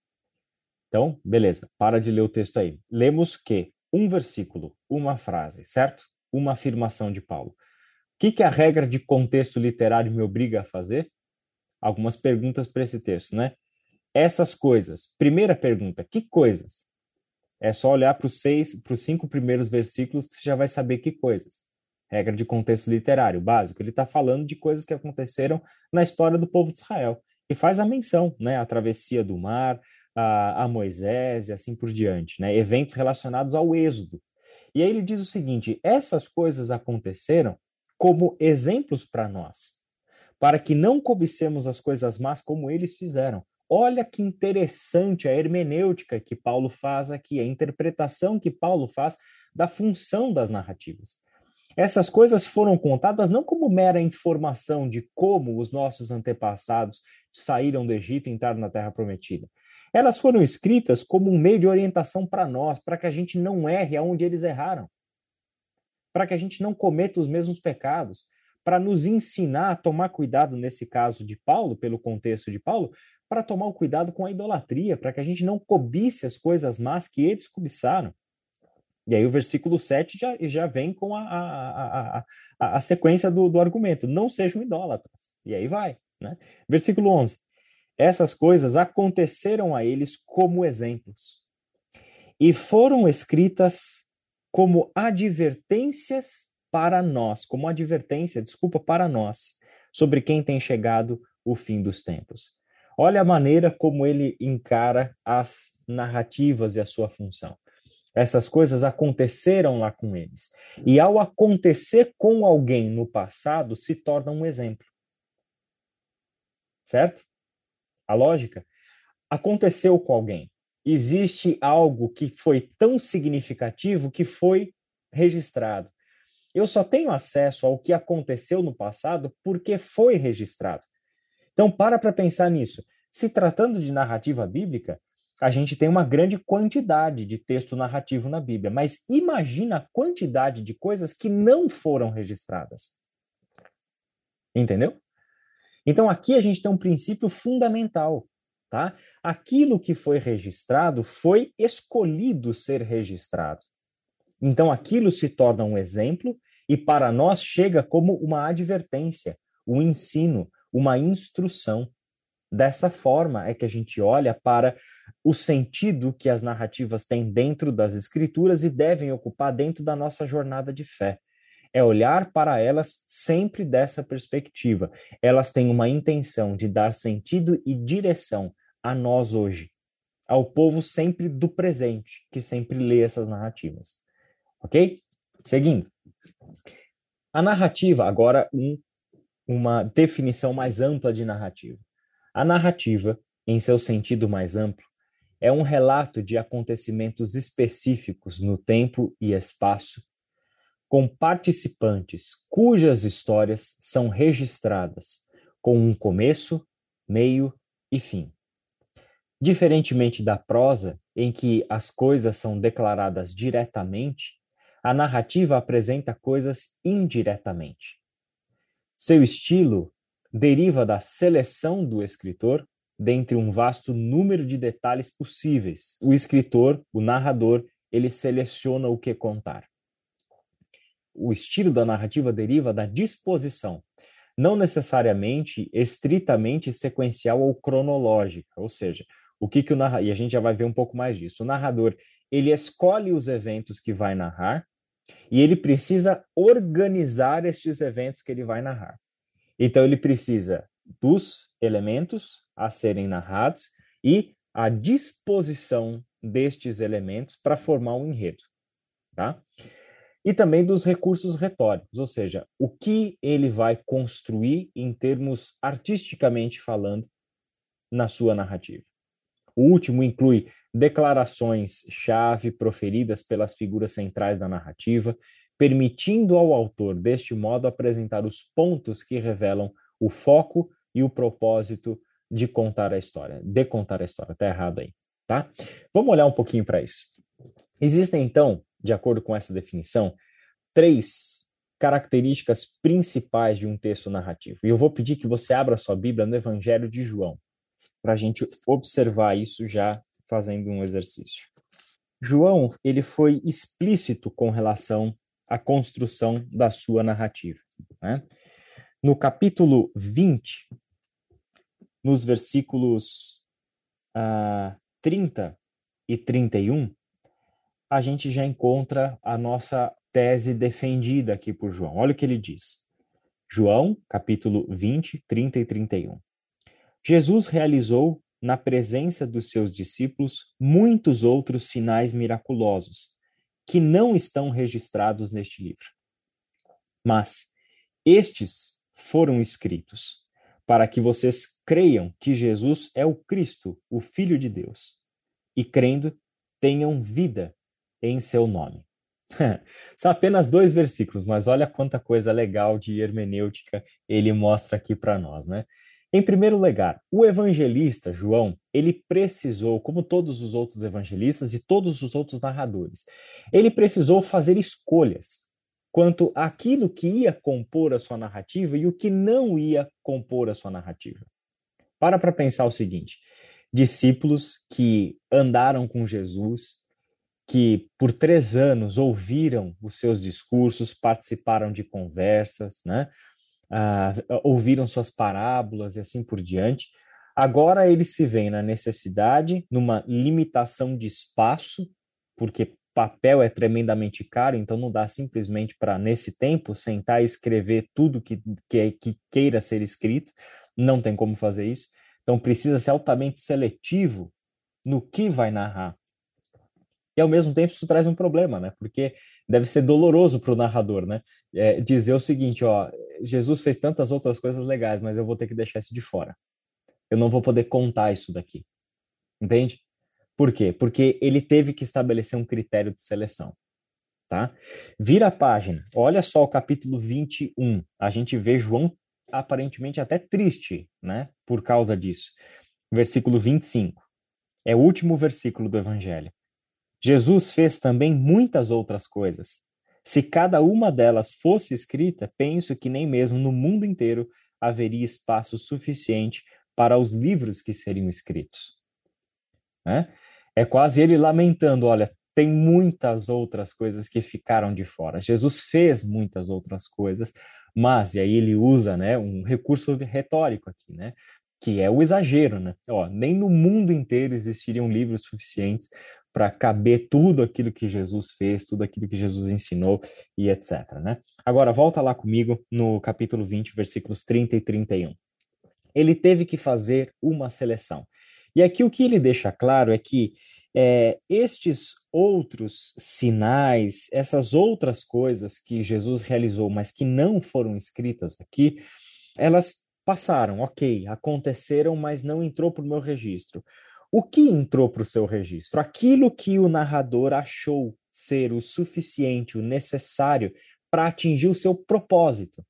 Então, beleza, para de ler o texto aí. Lemos que um versículo, uma frase, certo? Uma afirmação de Paulo. O que a regra de contexto literário me obriga a fazer? Algumas perguntas para esse texto, né? Essas coisas. Primeira pergunta, que coisas? É só olhar para os 5 primeiros versículos que você já vai saber que coisas. Regra de contexto literário básico. Ele está falando de coisas que aconteceram na história do povo de Israel. E faz a menção, né? A travessia do mar, a Moisés e assim por diante, né? Eventos relacionados ao êxodo. E aí ele diz o seguinte, essas coisas aconteceram como exemplos para nós, para que não cobicemos as coisas más como eles fizeram. Olha que interessante a hermenêutica que Paulo faz aqui, a interpretação que Paulo faz da função das narrativas. Essas coisas foram contadas não como mera informação de como os nossos antepassados saíram do Egito e entraram na Terra Prometida. Elas foram escritas como um meio de orientação para nós, para que a gente não erre aonde eles erraram, para que a gente não cometa os mesmos pecados, para nos ensinar a tomar cuidado, nesse caso de Paulo, pelo contexto de Paulo, para tomar o cuidado com a idolatria, para que a gente não cobice as coisas más que eles cobiçaram. E aí o versículo 7 já vem com a sequência do argumento. Não sejam idólatras. E aí vai. Né? Versículo 11. Essas coisas aconteceram a eles como exemplos e foram escritas como advertências para nós, para nós, sobre quem tem chegado o fim dos tempos. Olha a maneira como ele encara as narrativas e a sua função. Essas coisas aconteceram lá com eles. E ao acontecer com alguém no passado, se torna um exemplo. Certo? A lógica? Aconteceu com alguém. Existe algo que foi tão significativo que foi registrado. Eu só tenho acesso ao que aconteceu no passado porque foi registrado. Então, para pensar nisso. Se tratando de narrativa bíblica, a gente tem uma grande quantidade de texto narrativo na Bíblia, mas imagina a quantidade de coisas que não foram registradas. Entendeu? Então, aqui a gente tem um princípio fundamental, tá? Aquilo que foi registrado foi escolhido ser registrado. Então, aquilo se torna um exemplo e para nós chega como uma advertência, um ensino, uma instrução. Dessa forma é que a gente olha para o sentido que as narrativas têm dentro das escrituras e devem ocupar dentro da nossa jornada de fé. É olhar para elas sempre dessa perspectiva. Elas têm uma intenção de dar sentido e direção a nós hoje, ao povo sempre do presente, que sempre lê essas narrativas. Ok? Seguindo. A narrativa, agora uma definição mais ampla de narrativa. A narrativa, em seu sentido mais amplo, é um relato de acontecimentos específicos no tempo e espaço, com participantes cujas histórias são registradas com um começo, meio e fim. Diferentemente da prosa, em que as coisas são declaradas diretamente, a narrativa apresenta coisas indiretamente. Seu estilo deriva da seleção do escritor dentre um vasto número de detalhes possíveis. O escritor, o narrador, ele seleciona o que contar. O estilo da narrativa deriva da disposição, não necessariamente estritamente sequencial ou cronológica, ou seja, o que o narrador, e a gente já vai ver um pouco mais disso. O narrador, ele escolhe os eventos que vai narrar e ele precisa organizar estes eventos que ele vai narrar. Então, ele precisa dos elementos a serem narrados e a disposição destes elementos para formar um enredo, tá? E também dos recursos retóricos, ou seja, o que ele vai construir em termos artisticamente falando na sua narrativa. O último inclui declarações-chave proferidas pelas figuras centrais da narrativa, permitindo ao autor, deste modo, apresentar os pontos que revelam o foco e o propósito de contar a história. De contar a história, tá errado aí, tá? Vamos olhar um pouquinho para isso. Existem, então, de acordo com essa definição, 3 características principais de um texto narrativo. E eu vou pedir que você abra sua Bíblia no Evangelho de João, para a gente observar isso já fazendo um exercício. João, ele foi explícito com relação à construção da sua narrativa, né? No capítulo 20, nos versículos 30 e 31, a gente já encontra a nossa tese defendida aqui por João. Olha o que ele diz. João, capítulo 20, 30 e 31. Jesus realizou, na presença dos seus discípulos, muitos outros sinais miraculosos, que não estão registrados neste livro. Mas estes foram escritos para que vocês creiam que Jesus é o Cristo, o Filho de Deus, e crendo, tenham vida em seu nome. São apenas 2 versículos, mas olha quanta coisa legal de hermenêutica ele mostra aqui para nós, né? Em primeiro lugar, o evangelista João, ele precisou, como todos os outros evangelistas e todos os outros narradores, ele precisou fazer escolhas quanto àquilo que ia compor a sua narrativa e o que não ia compor a sua narrativa. Para pensar o seguinte: discípulos que andaram com Jesus, que por 3 anos ouviram os seus discursos, participaram de conversas, né? Ouviram suas parábolas e assim por diante. Agora eles se veem na necessidade, numa limitação de espaço, porque papel é tremendamente caro, então não dá simplesmente para, nesse tempo, sentar e escrever tudo que queira ser escrito, não tem como fazer isso. Então precisa ser altamente seletivo no que vai narrar. E ao mesmo tempo isso traz um problema, né? Porque deve ser doloroso para o narrador, né? Dizer o seguinte, ó, Jesus fez tantas outras coisas legais, mas eu vou ter que deixar isso de fora. Eu não vou poder contar isso daqui. Entende? Por quê? Porque ele teve que estabelecer um critério de seleção, tá? Vira a página. Olha só o capítulo 21. A gente vê João aparentemente até triste, né? Por causa disso. Versículo 25. É o último versículo do Evangelho. Jesus fez também muitas outras coisas. Se cada uma delas fosse escrita, penso que nem mesmo no mundo inteiro haveria espaço suficiente para os livros que seriam escritos. Né? É quase ele lamentando, olha, tem muitas outras coisas que ficaram de fora. Jesus fez muitas outras coisas, mas, e aí ele usa, né, um recurso retórico aqui, né, que é o exagero, né? Ó, nem no mundo inteiro existiriam livros suficientes para caber tudo aquilo que Jesus fez, tudo aquilo que Jesus ensinou e etc, né? Agora, volta lá comigo no capítulo 20, versículos 30 e 31. Ele teve que fazer uma seleção. E aqui o que ele deixa claro é que estes outros sinais, essas outras coisas que Jesus realizou, mas que não foram escritas aqui, elas passaram, ok, aconteceram, mas não entrou para o meu registro. O que entrou para o seu registro? Aquilo que o narrador achou ser o suficiente, o necessário para atingir o seu propósito.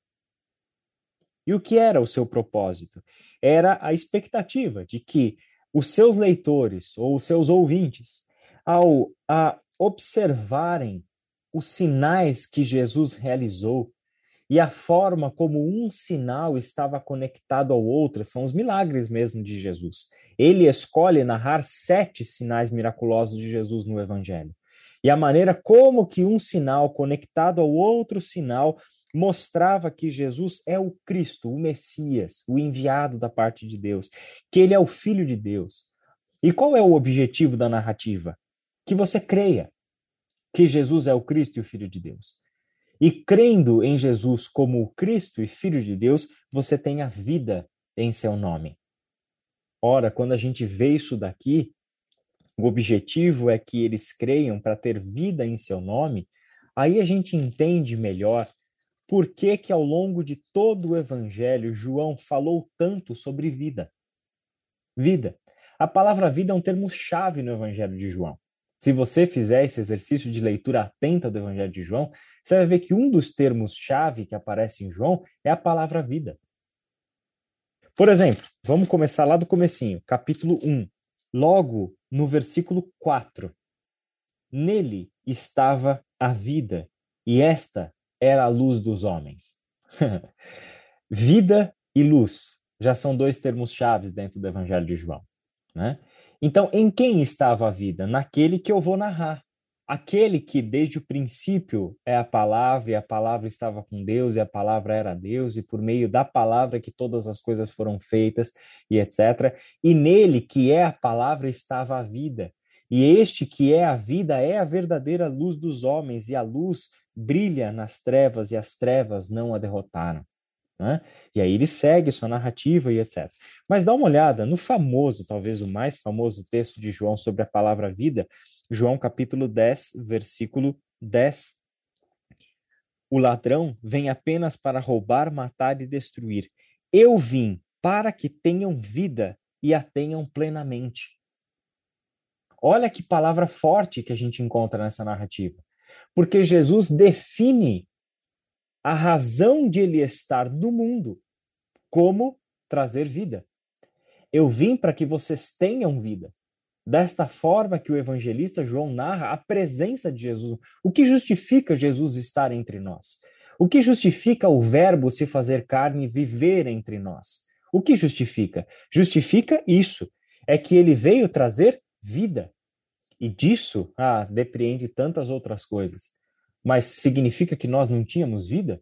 E o que era o seu propósito? Era a expectativa de que os seus leitores ou os seus ouvintes, ao observarem os sinais que Jesus realizou e a forma como um sinal estava conectado ao outro, são os milagres mesmo de Jesus. Ele escolhe narrar 7 sinais miraculosos de Jesus no Evangelho. E a maneira como que um sinal conectado ao outro sinal mostrava que Jesus é o Cristo, o Messias, o enviado da parte de Deus, que ele é o Filho de Deus. E qual é o objetivo da narrativa? Que você creia que Jesus é o Cristo e o Filho de Deus. E crendo em Jesus como o Cristo e Filho de Deus, você tem a vida em seu nome. Ora, quando a gente vê isso daqui, o objetivo é que eles creiam para ter vida em seu nome, aí a gente entende melhor por que que ao longo de todo o Evangelho João falou tanto sobre vida. Vida. A palavra vida é um termo-chave no Evangelho de João. Se você fizer esse exercício de leitura atenta do Evangelho de João, você vai ver que um dos termos-chave que aparece em João é a palavra vida. Por exemplo, vamos começar lá do comecinho, capítulo 1. Logo no versículo 4. Nele estava a vida, e esta era a luz dos homens. Vida e luz já são 2 termos-chave dentro do Evangelho de João, né? Então, em quem estava a vida? Naquele que eu vou narrar. Aquele que desde o princípio é a palavra, e a palavra estava com Deus, e a palavra era Deus, e por meio da palavra que todas as coisas foram feitas, e etc. E nele, que é a palavra, estava a vida. E este que é a vida é a verdadeira luz dos homens, e a luz brilha nas trevas, e as trevas não a derrotaram. Né? E aí ele segue sua narrativa e etc. Mas dá uma olhada no famoso, talvez o mais famoso texto de João sobre a palavra vida, João capítulo 10, versículo 10. O ladrão vem apenas para roubar, matar e destruir. Eu vim para que tenham vida e a tenham plenamente. Olha que palavra forte que a gente encontra nessa narrativa. Porque Jesus define a razão de ele estar no mundo como trazer vida. Eu vim para que vocês tenham vida. Desta forma que o evangelista João narra a presença de Jesus. O que justifica Jesus estar entre nós? O que justifica o verbo se fazer carne e viver entre nós? O que justifica? Justifica isso. É que ele veio trazer vida. E disso, depreende tantas outras coisas. Mas significa que nós não tínhamos vida?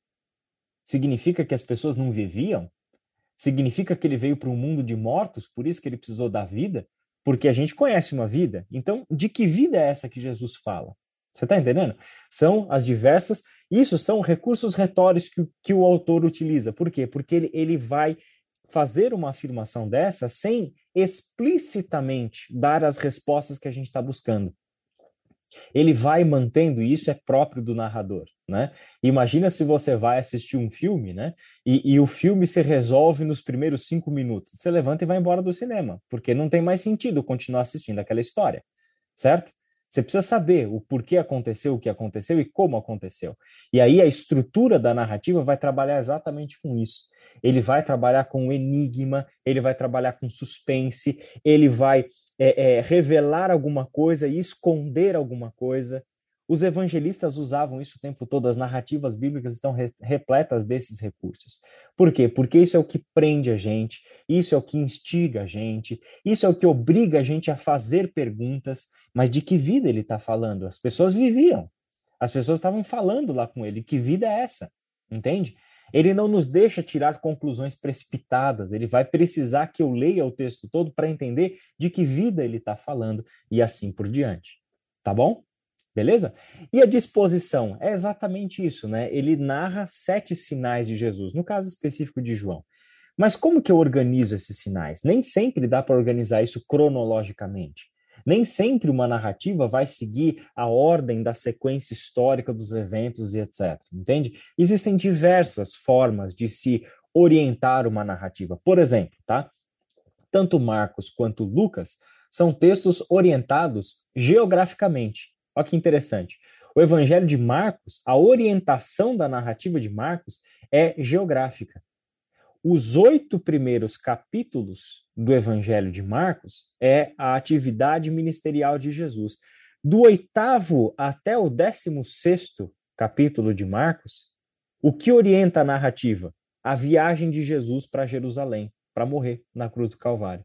Significa que as pessoas não viviam? Significa que ele veio para um mundo de mortos, por isso que ele precisou da vida? Porque a gente conhece uma vida. Então, de que vida é essa que Jesus fala? Você está entendendo? São as diversas... Isso são recursos retóricos que o autor utiliza. Por quê? Porque ele vai fazer uma afirmação dessa sem explicitamente dar as respostas que a gente está buscando. Ele vai mantendo, e isso é próprio do narrador, né? Imagina se você vai assistir um filme, né? E o filme se resolve nos primeiros 5 minutos. Você levanta e vai embora do cinema, porque não tem mais sentido continuar assistindo aquela história, certo? Você precisa saber o porquê aconteceu, o que aconteceu e como aconteceu. E aí a estrutura da narrativa vai trabalhar exatamente com isso. Ele vai trabalhar com enigma, ele vai trabalhar com suspense, ele vai revelar alguma coisa e esconder alguma coisa. Os evangelistas usavam isso o tempo todo, as narrativas bíblicas estão repletas desses recursos. Por quê? Porque isso é o que prende a gente, isso é o que instiga a gente, isso é o que obriga a gente a fazer perguntas, mas de que vida ele está falando? As pessoas viviam, as pessoas estavam falando lá com ele, que vida é essa? Entende? Ele não nos deixa tirar conclusões precipitadas, ele vai precisar que eu leia o texto todo para entender de que vida ele está falando e assim por diante. Tá bom? Beleza? E a disposição é exatamente isso, né? Ele narra 7 sinais de Jesus, no caso específico de João. Mas como que eu organizo esses sinais? Nem sempre dá para organizar isso cronologicamente. Nem sempre uma narrativa vai seguir a ordem da sequência histórica dos eventos e etc. Entende? Existem diversas formas de se orientar uma narrativa. Por exemplo, tá? Tanto Marcos quanto Lucas são textos orientados geograficamente. Olha que interessante. O Evangelho de Marcos, a orientação da narrativa de Marcos é geográfica. Os 8 primeiros capítulos do Evangelho de Marcos é a atividade ministerial de Jesus. Do 8º até o 16º capítulo de Marcos, o que orienta a narrativa? A viagem de Jesus para Jerusalém, para morrer na cruz do Calvário.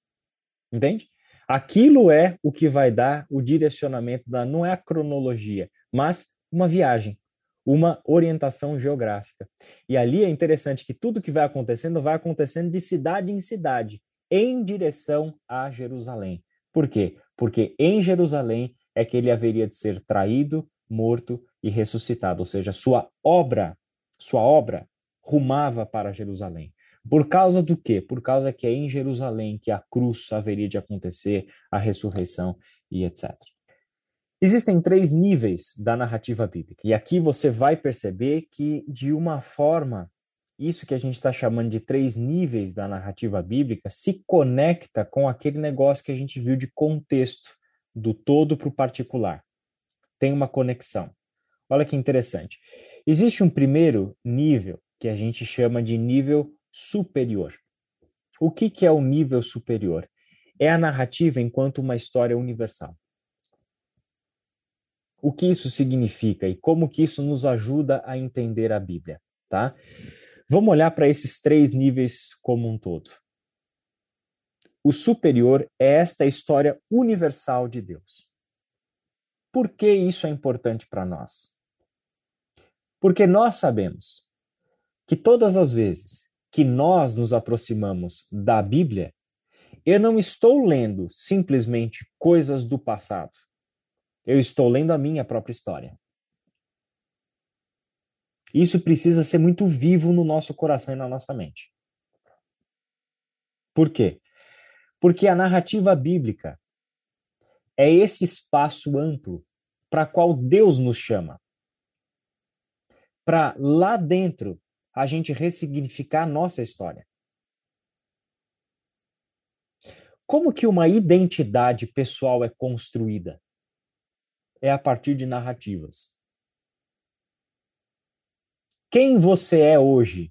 Entende? Aquilo é o que vai dar o direcionamento não é a cronologia, mas uma viagem, uma orientação geográfica. E ali é interessante que tudo que vai acontecendo de cidade em cidade, em direção a Jerusalém. Por quê? Porque em Jerusalém é que ele haveria de ser traído, morto e ressuscitado, ou seja, sua obra rumava para Jerusalém. Por causa do quê? Por causa que é em Jerusalém que a cruz haveria de acontecer, a ressurreição e etc. Existem 3 níveis da narrativa bíblica. E aqui você vai perceber que, de uma forma, isso que a gente está chamando de 3 níveis da narrativa bíblica se conecta com aquele negócio que a gente viu de contexto, do todo para o particular. Tem uma conexão. Olha que interessante. Existe um primeiro nível que a gente chama de nível superior. O que é o nível superior? É a narrativa enquanto uma história universal. O que isso significa e como que isso nos ajuda a entender a Bíblia, tá? Vamos olhar para esses 3 níveis como um todo. O superior é esta história universal de Deus. Por que isso é importante para nós? Porque nós sabemos que todas as vezes que nós nos aproximamos da Bíblia, eu não estou lendo simplesmente coisas do passado. Eu estou lendo a minha própria história. Isso precisa ser muito vivo no nosso coração e na nossa mente. Por quê? Porque a narrativa bíblica é esse espaço amplo para qual Deus nos chama. Para lá dentro a gente ressignificar a nossa história. Como que uma identidade pessoal é construída? É a partir de narrativas. Quem você é hoje?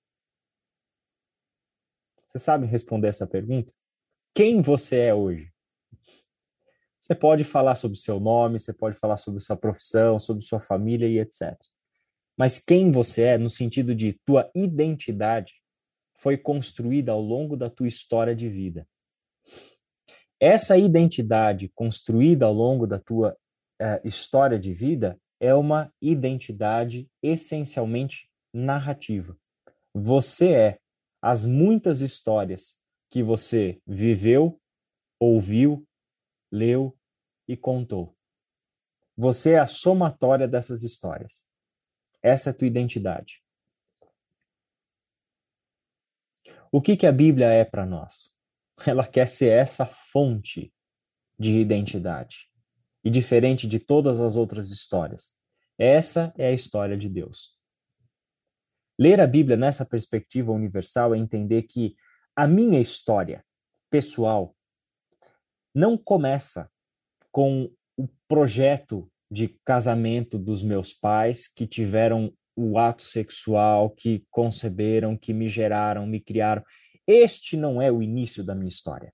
Você sabe responder essa pergunta? Quem você é hoje? Você pode falar sobre o seu nome, você pode falar sobre sua profissão, sobre sua família e etc. Mas quem você é, no sentido de tua identidade, foi construída ao longo da tua história de vida. Essa identidade construída ao longo da tua história de vida é uma identidade essencialmente narrativa. Você é as muitas histórias que você viveu, ouviu, leu e contou. Você é a somatória dessas histórias. Essa é a tua identidade. O que a Bíblia é para nós? Ela quer ser essa fonte de identidade. E diferente de todas as outras histórias, essa é a história de Deus. Ler a Bíblia nessa perspectiva universal é entender que a minha história pessoal não começa com o projeto de casamento dos meus pais que tiveram o ato sexual, que conceberam, que me geraram, me criaram. Este não é o início da minha história.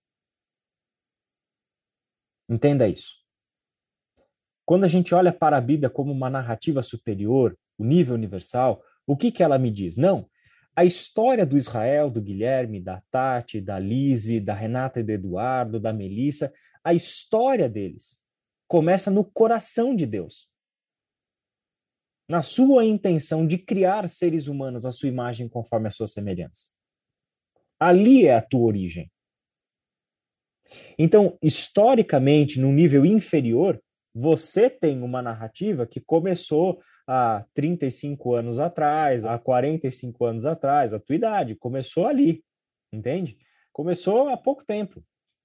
Entenda isso. Quando a gente olha para a Bíblia como uma narrativa superior, o nível universal, o que ela me diz? Não. A história do Israel, do Guilherme, da Tati, da Lise, da Renata e do Eduardo, da Melissa, a história deles começa no coração de Deus. Na sua intenção de criar seres humanos à sua imagem conforme a sua semelhança. Ali é a tua origem. Então, historicamente, no nível inferior, você tem uma narrativa que começou há 35 anos atrás, há 45 anos atrás, a tua idade, começou ali, entende? Começou há pouco tempo.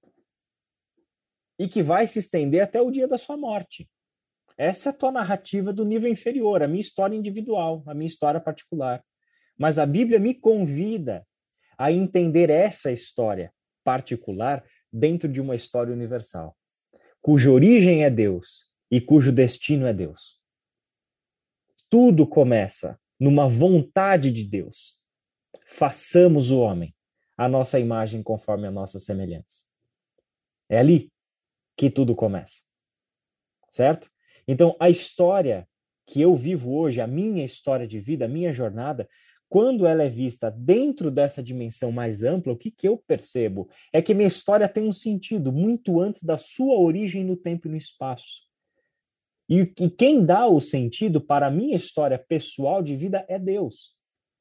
E que vai se estender até o dia da sua morte. Essa é a tua narrativa do nível inferior, a minha história individual, a minha história particular. Mas a Bíblia me convida a entender essa história particular dentro de uma história universal, cuja origem é Deus e cujo destino é Deus. Tudo começa numa vontade de Deus. Façamos o homem a nossa imagem conforme a nossa semelhança. É ali que tudo começa. Certo? Então, a história que eu vivo hoje, a minha história de vida, a minha jornada, quando ela é vista dentro dessa dimensão mais ampla, o que eu percebo é que minha história tem um sentido muito antes da sua origem no tempo e no espaço. E quem dá o sentido para a minha história pessoal de vida é Deus.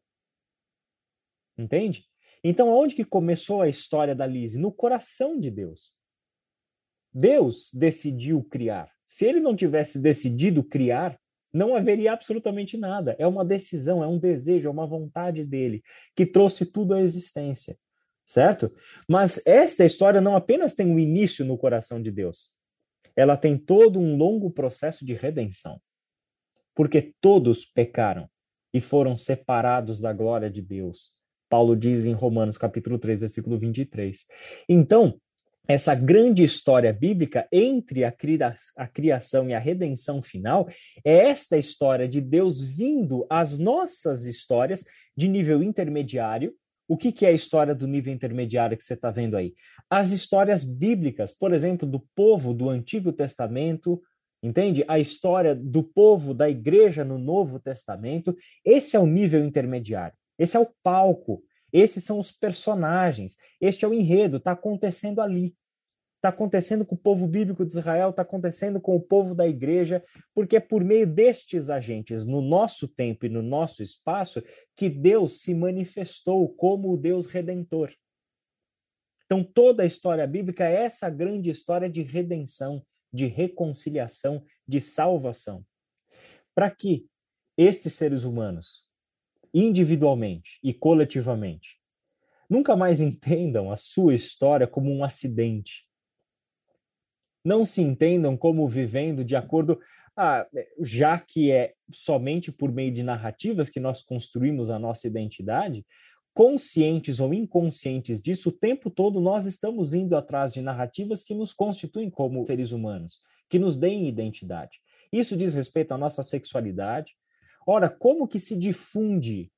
Entende? Então, onde que começou a história da Lise? No coração de Deus. Deus decidiu criar. Se ele não tivesse decidido criar, não haveria absolutamente nada. É uma decisão, é um desejo, é uma vontade dele que trouxe tudo à existência, certo? Mas esta história não apenas tem um início no coração de Deus, ela tem todo um longo processo de redenção. Porque todos pecaram e foram separados da glória de Deus. Paulo diz em Romanos capítulo 3, versículo 23. Então, essa grande história bíblica entre a criação e a redenção final é esta história de Deus vindo às nossas histórias de nível intermediário. O que é a história do nível intermediário que você está vendo aí? As histórias bíblicas, por exemplo, do povo do Antigo Testamento, entende? A história do povo da igreja no Novo Testamento, esse é o nível intermediário. Esse é o palco. Esses são os personagens. Este é o enredo. Está acontecendo ali. Está acontecendo com o povo bíblico de Israel, está acontecendo com o povo da igreja, porque é por meio destes agentes, no nosso tempo e no nosso espaço, que Deus se manifestou como o Deus redentor. Então, toda a história bíblica é essa grande história de redenção, de reconciliação, de salvação. Para que estes seres humanos, individualmente e coletivamente, nunca mais entendam a sua história como um acidente. Não se entendam como vivendo de acordo, já que é somente por meio de narrativas que nós construímos a nossa identidade, conscientes ou inconscientes disso, o tempo todo nós estamos indo atrás de narrativas que nos constituem como seres humanos, que nos deem identidade. Isso diz respeito à nossa sexualidade. Ora, como que se difunde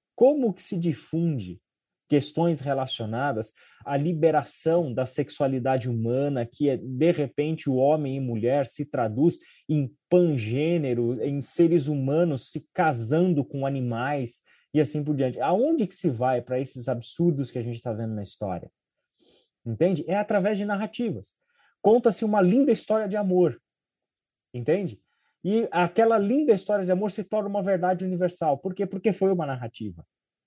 questões relacionadas à liberação da sexualidade humana, que de repente o homem e mulher se traduz em pangênero, em seres humanos se casando com animais, e assim por diante. Aonde que se vai para esses absurdos que a gente está vendo na história? Entende? É através de narrativas. Conta-se uma linda história de amor, entende? E aquela linda história de amor se torna uma verdade universal. Por quê? Porque foi uma narrativa.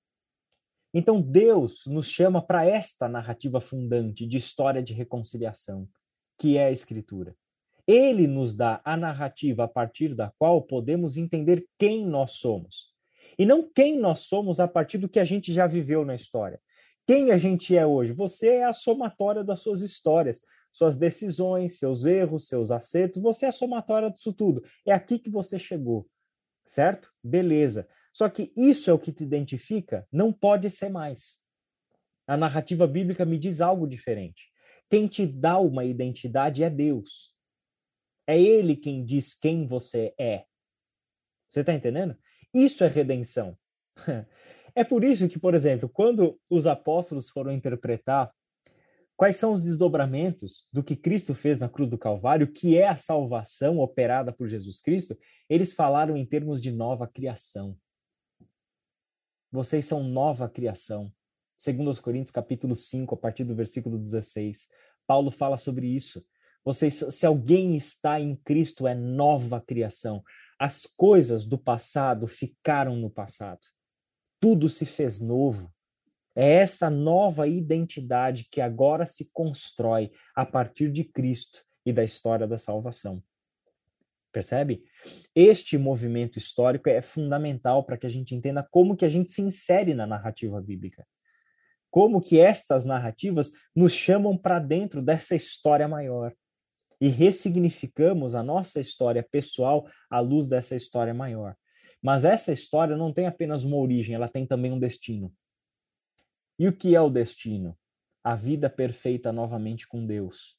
Então Deus nos chama para esta narrativa fundante de história de reconciliação, que é a Escritura. Ele nos dá a narrativa a partir da qual podemos entender quem nós somos. E não quem nós somos a partir do que a gente já viveu na história. Quem a gente é hoje? Você é a somatória das suas histórias, suas decisões, seus erros, seus acertos. Você é a somatória disso tudo. É aqui que você chegou, certo? Beleza. Só que isso é o que te identifica? Não pode ser mais. A narrativa bíblica me diz algo diferente. Quem te dá uma identidade é Deus. É Ele quem diz quem você é. Você está entendendo? Isso é redenção. É por isso que, por exemplo, quando os apóstolos foram interpretar quais são os desdobramentos do que Cristo fez na cruz do Calvário, que é a salvação operada por Jesus Cristo, eles falaram em termos de nova criação. Vocês são nova criação. Segundo aos Coríntios, capítulo 5, a partir do versículo 16, Paulo fala sobre isso. Se alguém está em Cristo, é nova criação. As coisas do passado ficaram no passado. Tudo se fez novo. É esta nova identidade que agora se constrói a partir de Cristo e da história da salvação. Percebe? Este movimento histórico é fundamental para que a gente entenda como que a gente se insere na narrativa bíblica. Como que estas narrativas nos chamam para dentro dessa história maior. E ressignificamos a nossa história pessoal à luz dessa história maior. Mas essa história não tem apenas uma origem, ela tem também um destino. E o que é o destino? A vida perfeita novamente com Deus.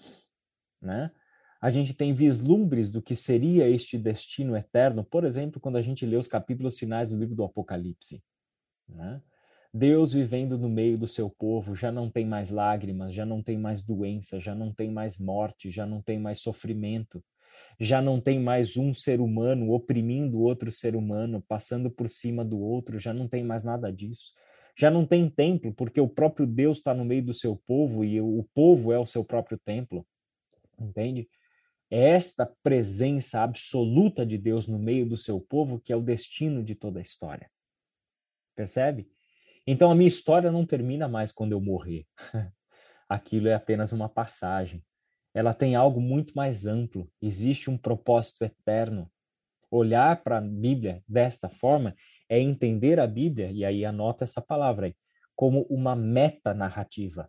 Né? A gente tem vislumbres do que seria este destino eterno, por exemplo, quando a gente lê os capítulos finais do livro do Apocalipse. Né? Deus vivendo no meio do seu povo, já não tem mais lágrimas, já não tem mais doença, já não tem mais morte, já não tem mais sofrimento, já não tem mais um ser humano oprimindo outro ser humano, passando por cima do outro, já não tem mais nada disso. Já não tem templo, porque o próprio Deus está no meio do seu povo e o povo é o seu próprio templo. Entende? É esta presença absoluta de Deus no meio do seu povo que é o destino de toda a história. Percebe? Então a minha história não termina mais quando eu morrer. Aquilo é apenas uma passagem. Ela tem algo muito mais amplo. Existe um propósito eterno. Olhar para a Bíblia desta forma é entender a Bíblia, e aí anota essa palavra aí, como uma metanarrativa.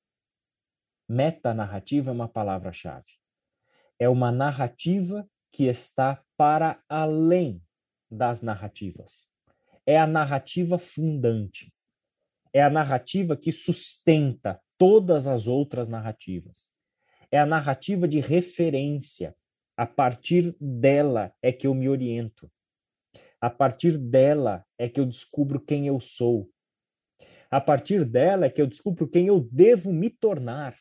Metanarrativa é uma palavra-chave. É uma narrativa que está para além das narrativas. É a narrativa fundante. É a narrativa que sustenta todas as outras narrativas. É a narrativa de referência. A partir dela é que eu me oriento. A partir dela é que eu descubro quem eu sou. A partir dela é que eu descubro quem eu devo me tornar.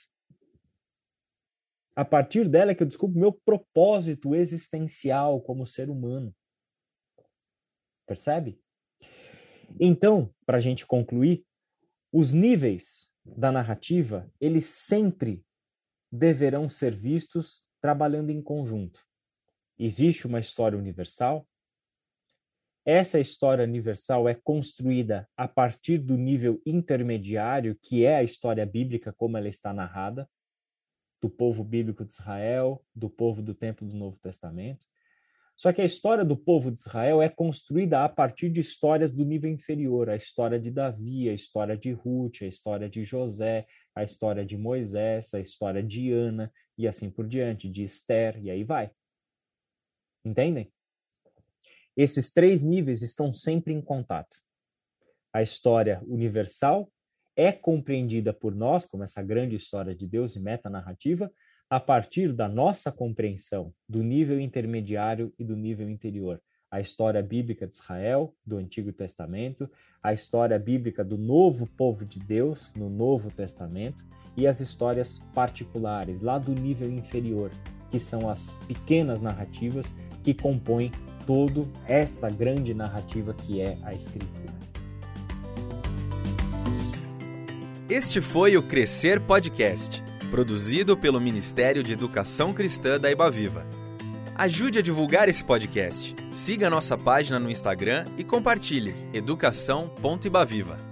A partir dela é que eu descubro meu propósito existencial como ser humano. Percebe? Então, para a gente concluir, os níveis da narrativa, eles sempre deverão ser vistos trabalhando em conjunto. Existe uma história universal. Essa história universal é construída a partir do nível intermediário, que é a história bíblica como ela está narrada, do povo bíblico de Israel, do povo do tempo do Novo Testamento. Só que a história do povo de Israel é construída a partir de histórias do nível inferior, a história de Davi, a história de Ruth, a história de José, a história de Moisés, a história de Ana, e assim por diante, de Esther, e aí vai. Entendem? Esses três níveis estão sempre em contato. A história universal é compreendida por nós, como essa grande história de Deus e metanarrativa, a partir da nossa compreensão do nível intermediário e do nível interior. A história bíblica de Israel, do Antigo Testamento, a história bíblica do novo povo de Deus, no Novo Testamento, e as histórias particulares, lá do nível inferior, que são as pequenas narrativas que compõem toda esta grande narrativa que é a Escritura. Este foi o Crescer Podcast, produzido pelo Ministério de Educação Cristã da Ibaviva. Ajude a divulgar esse podcast. Siga a nossa página no Instagram e compartilhe educação.ibaviva.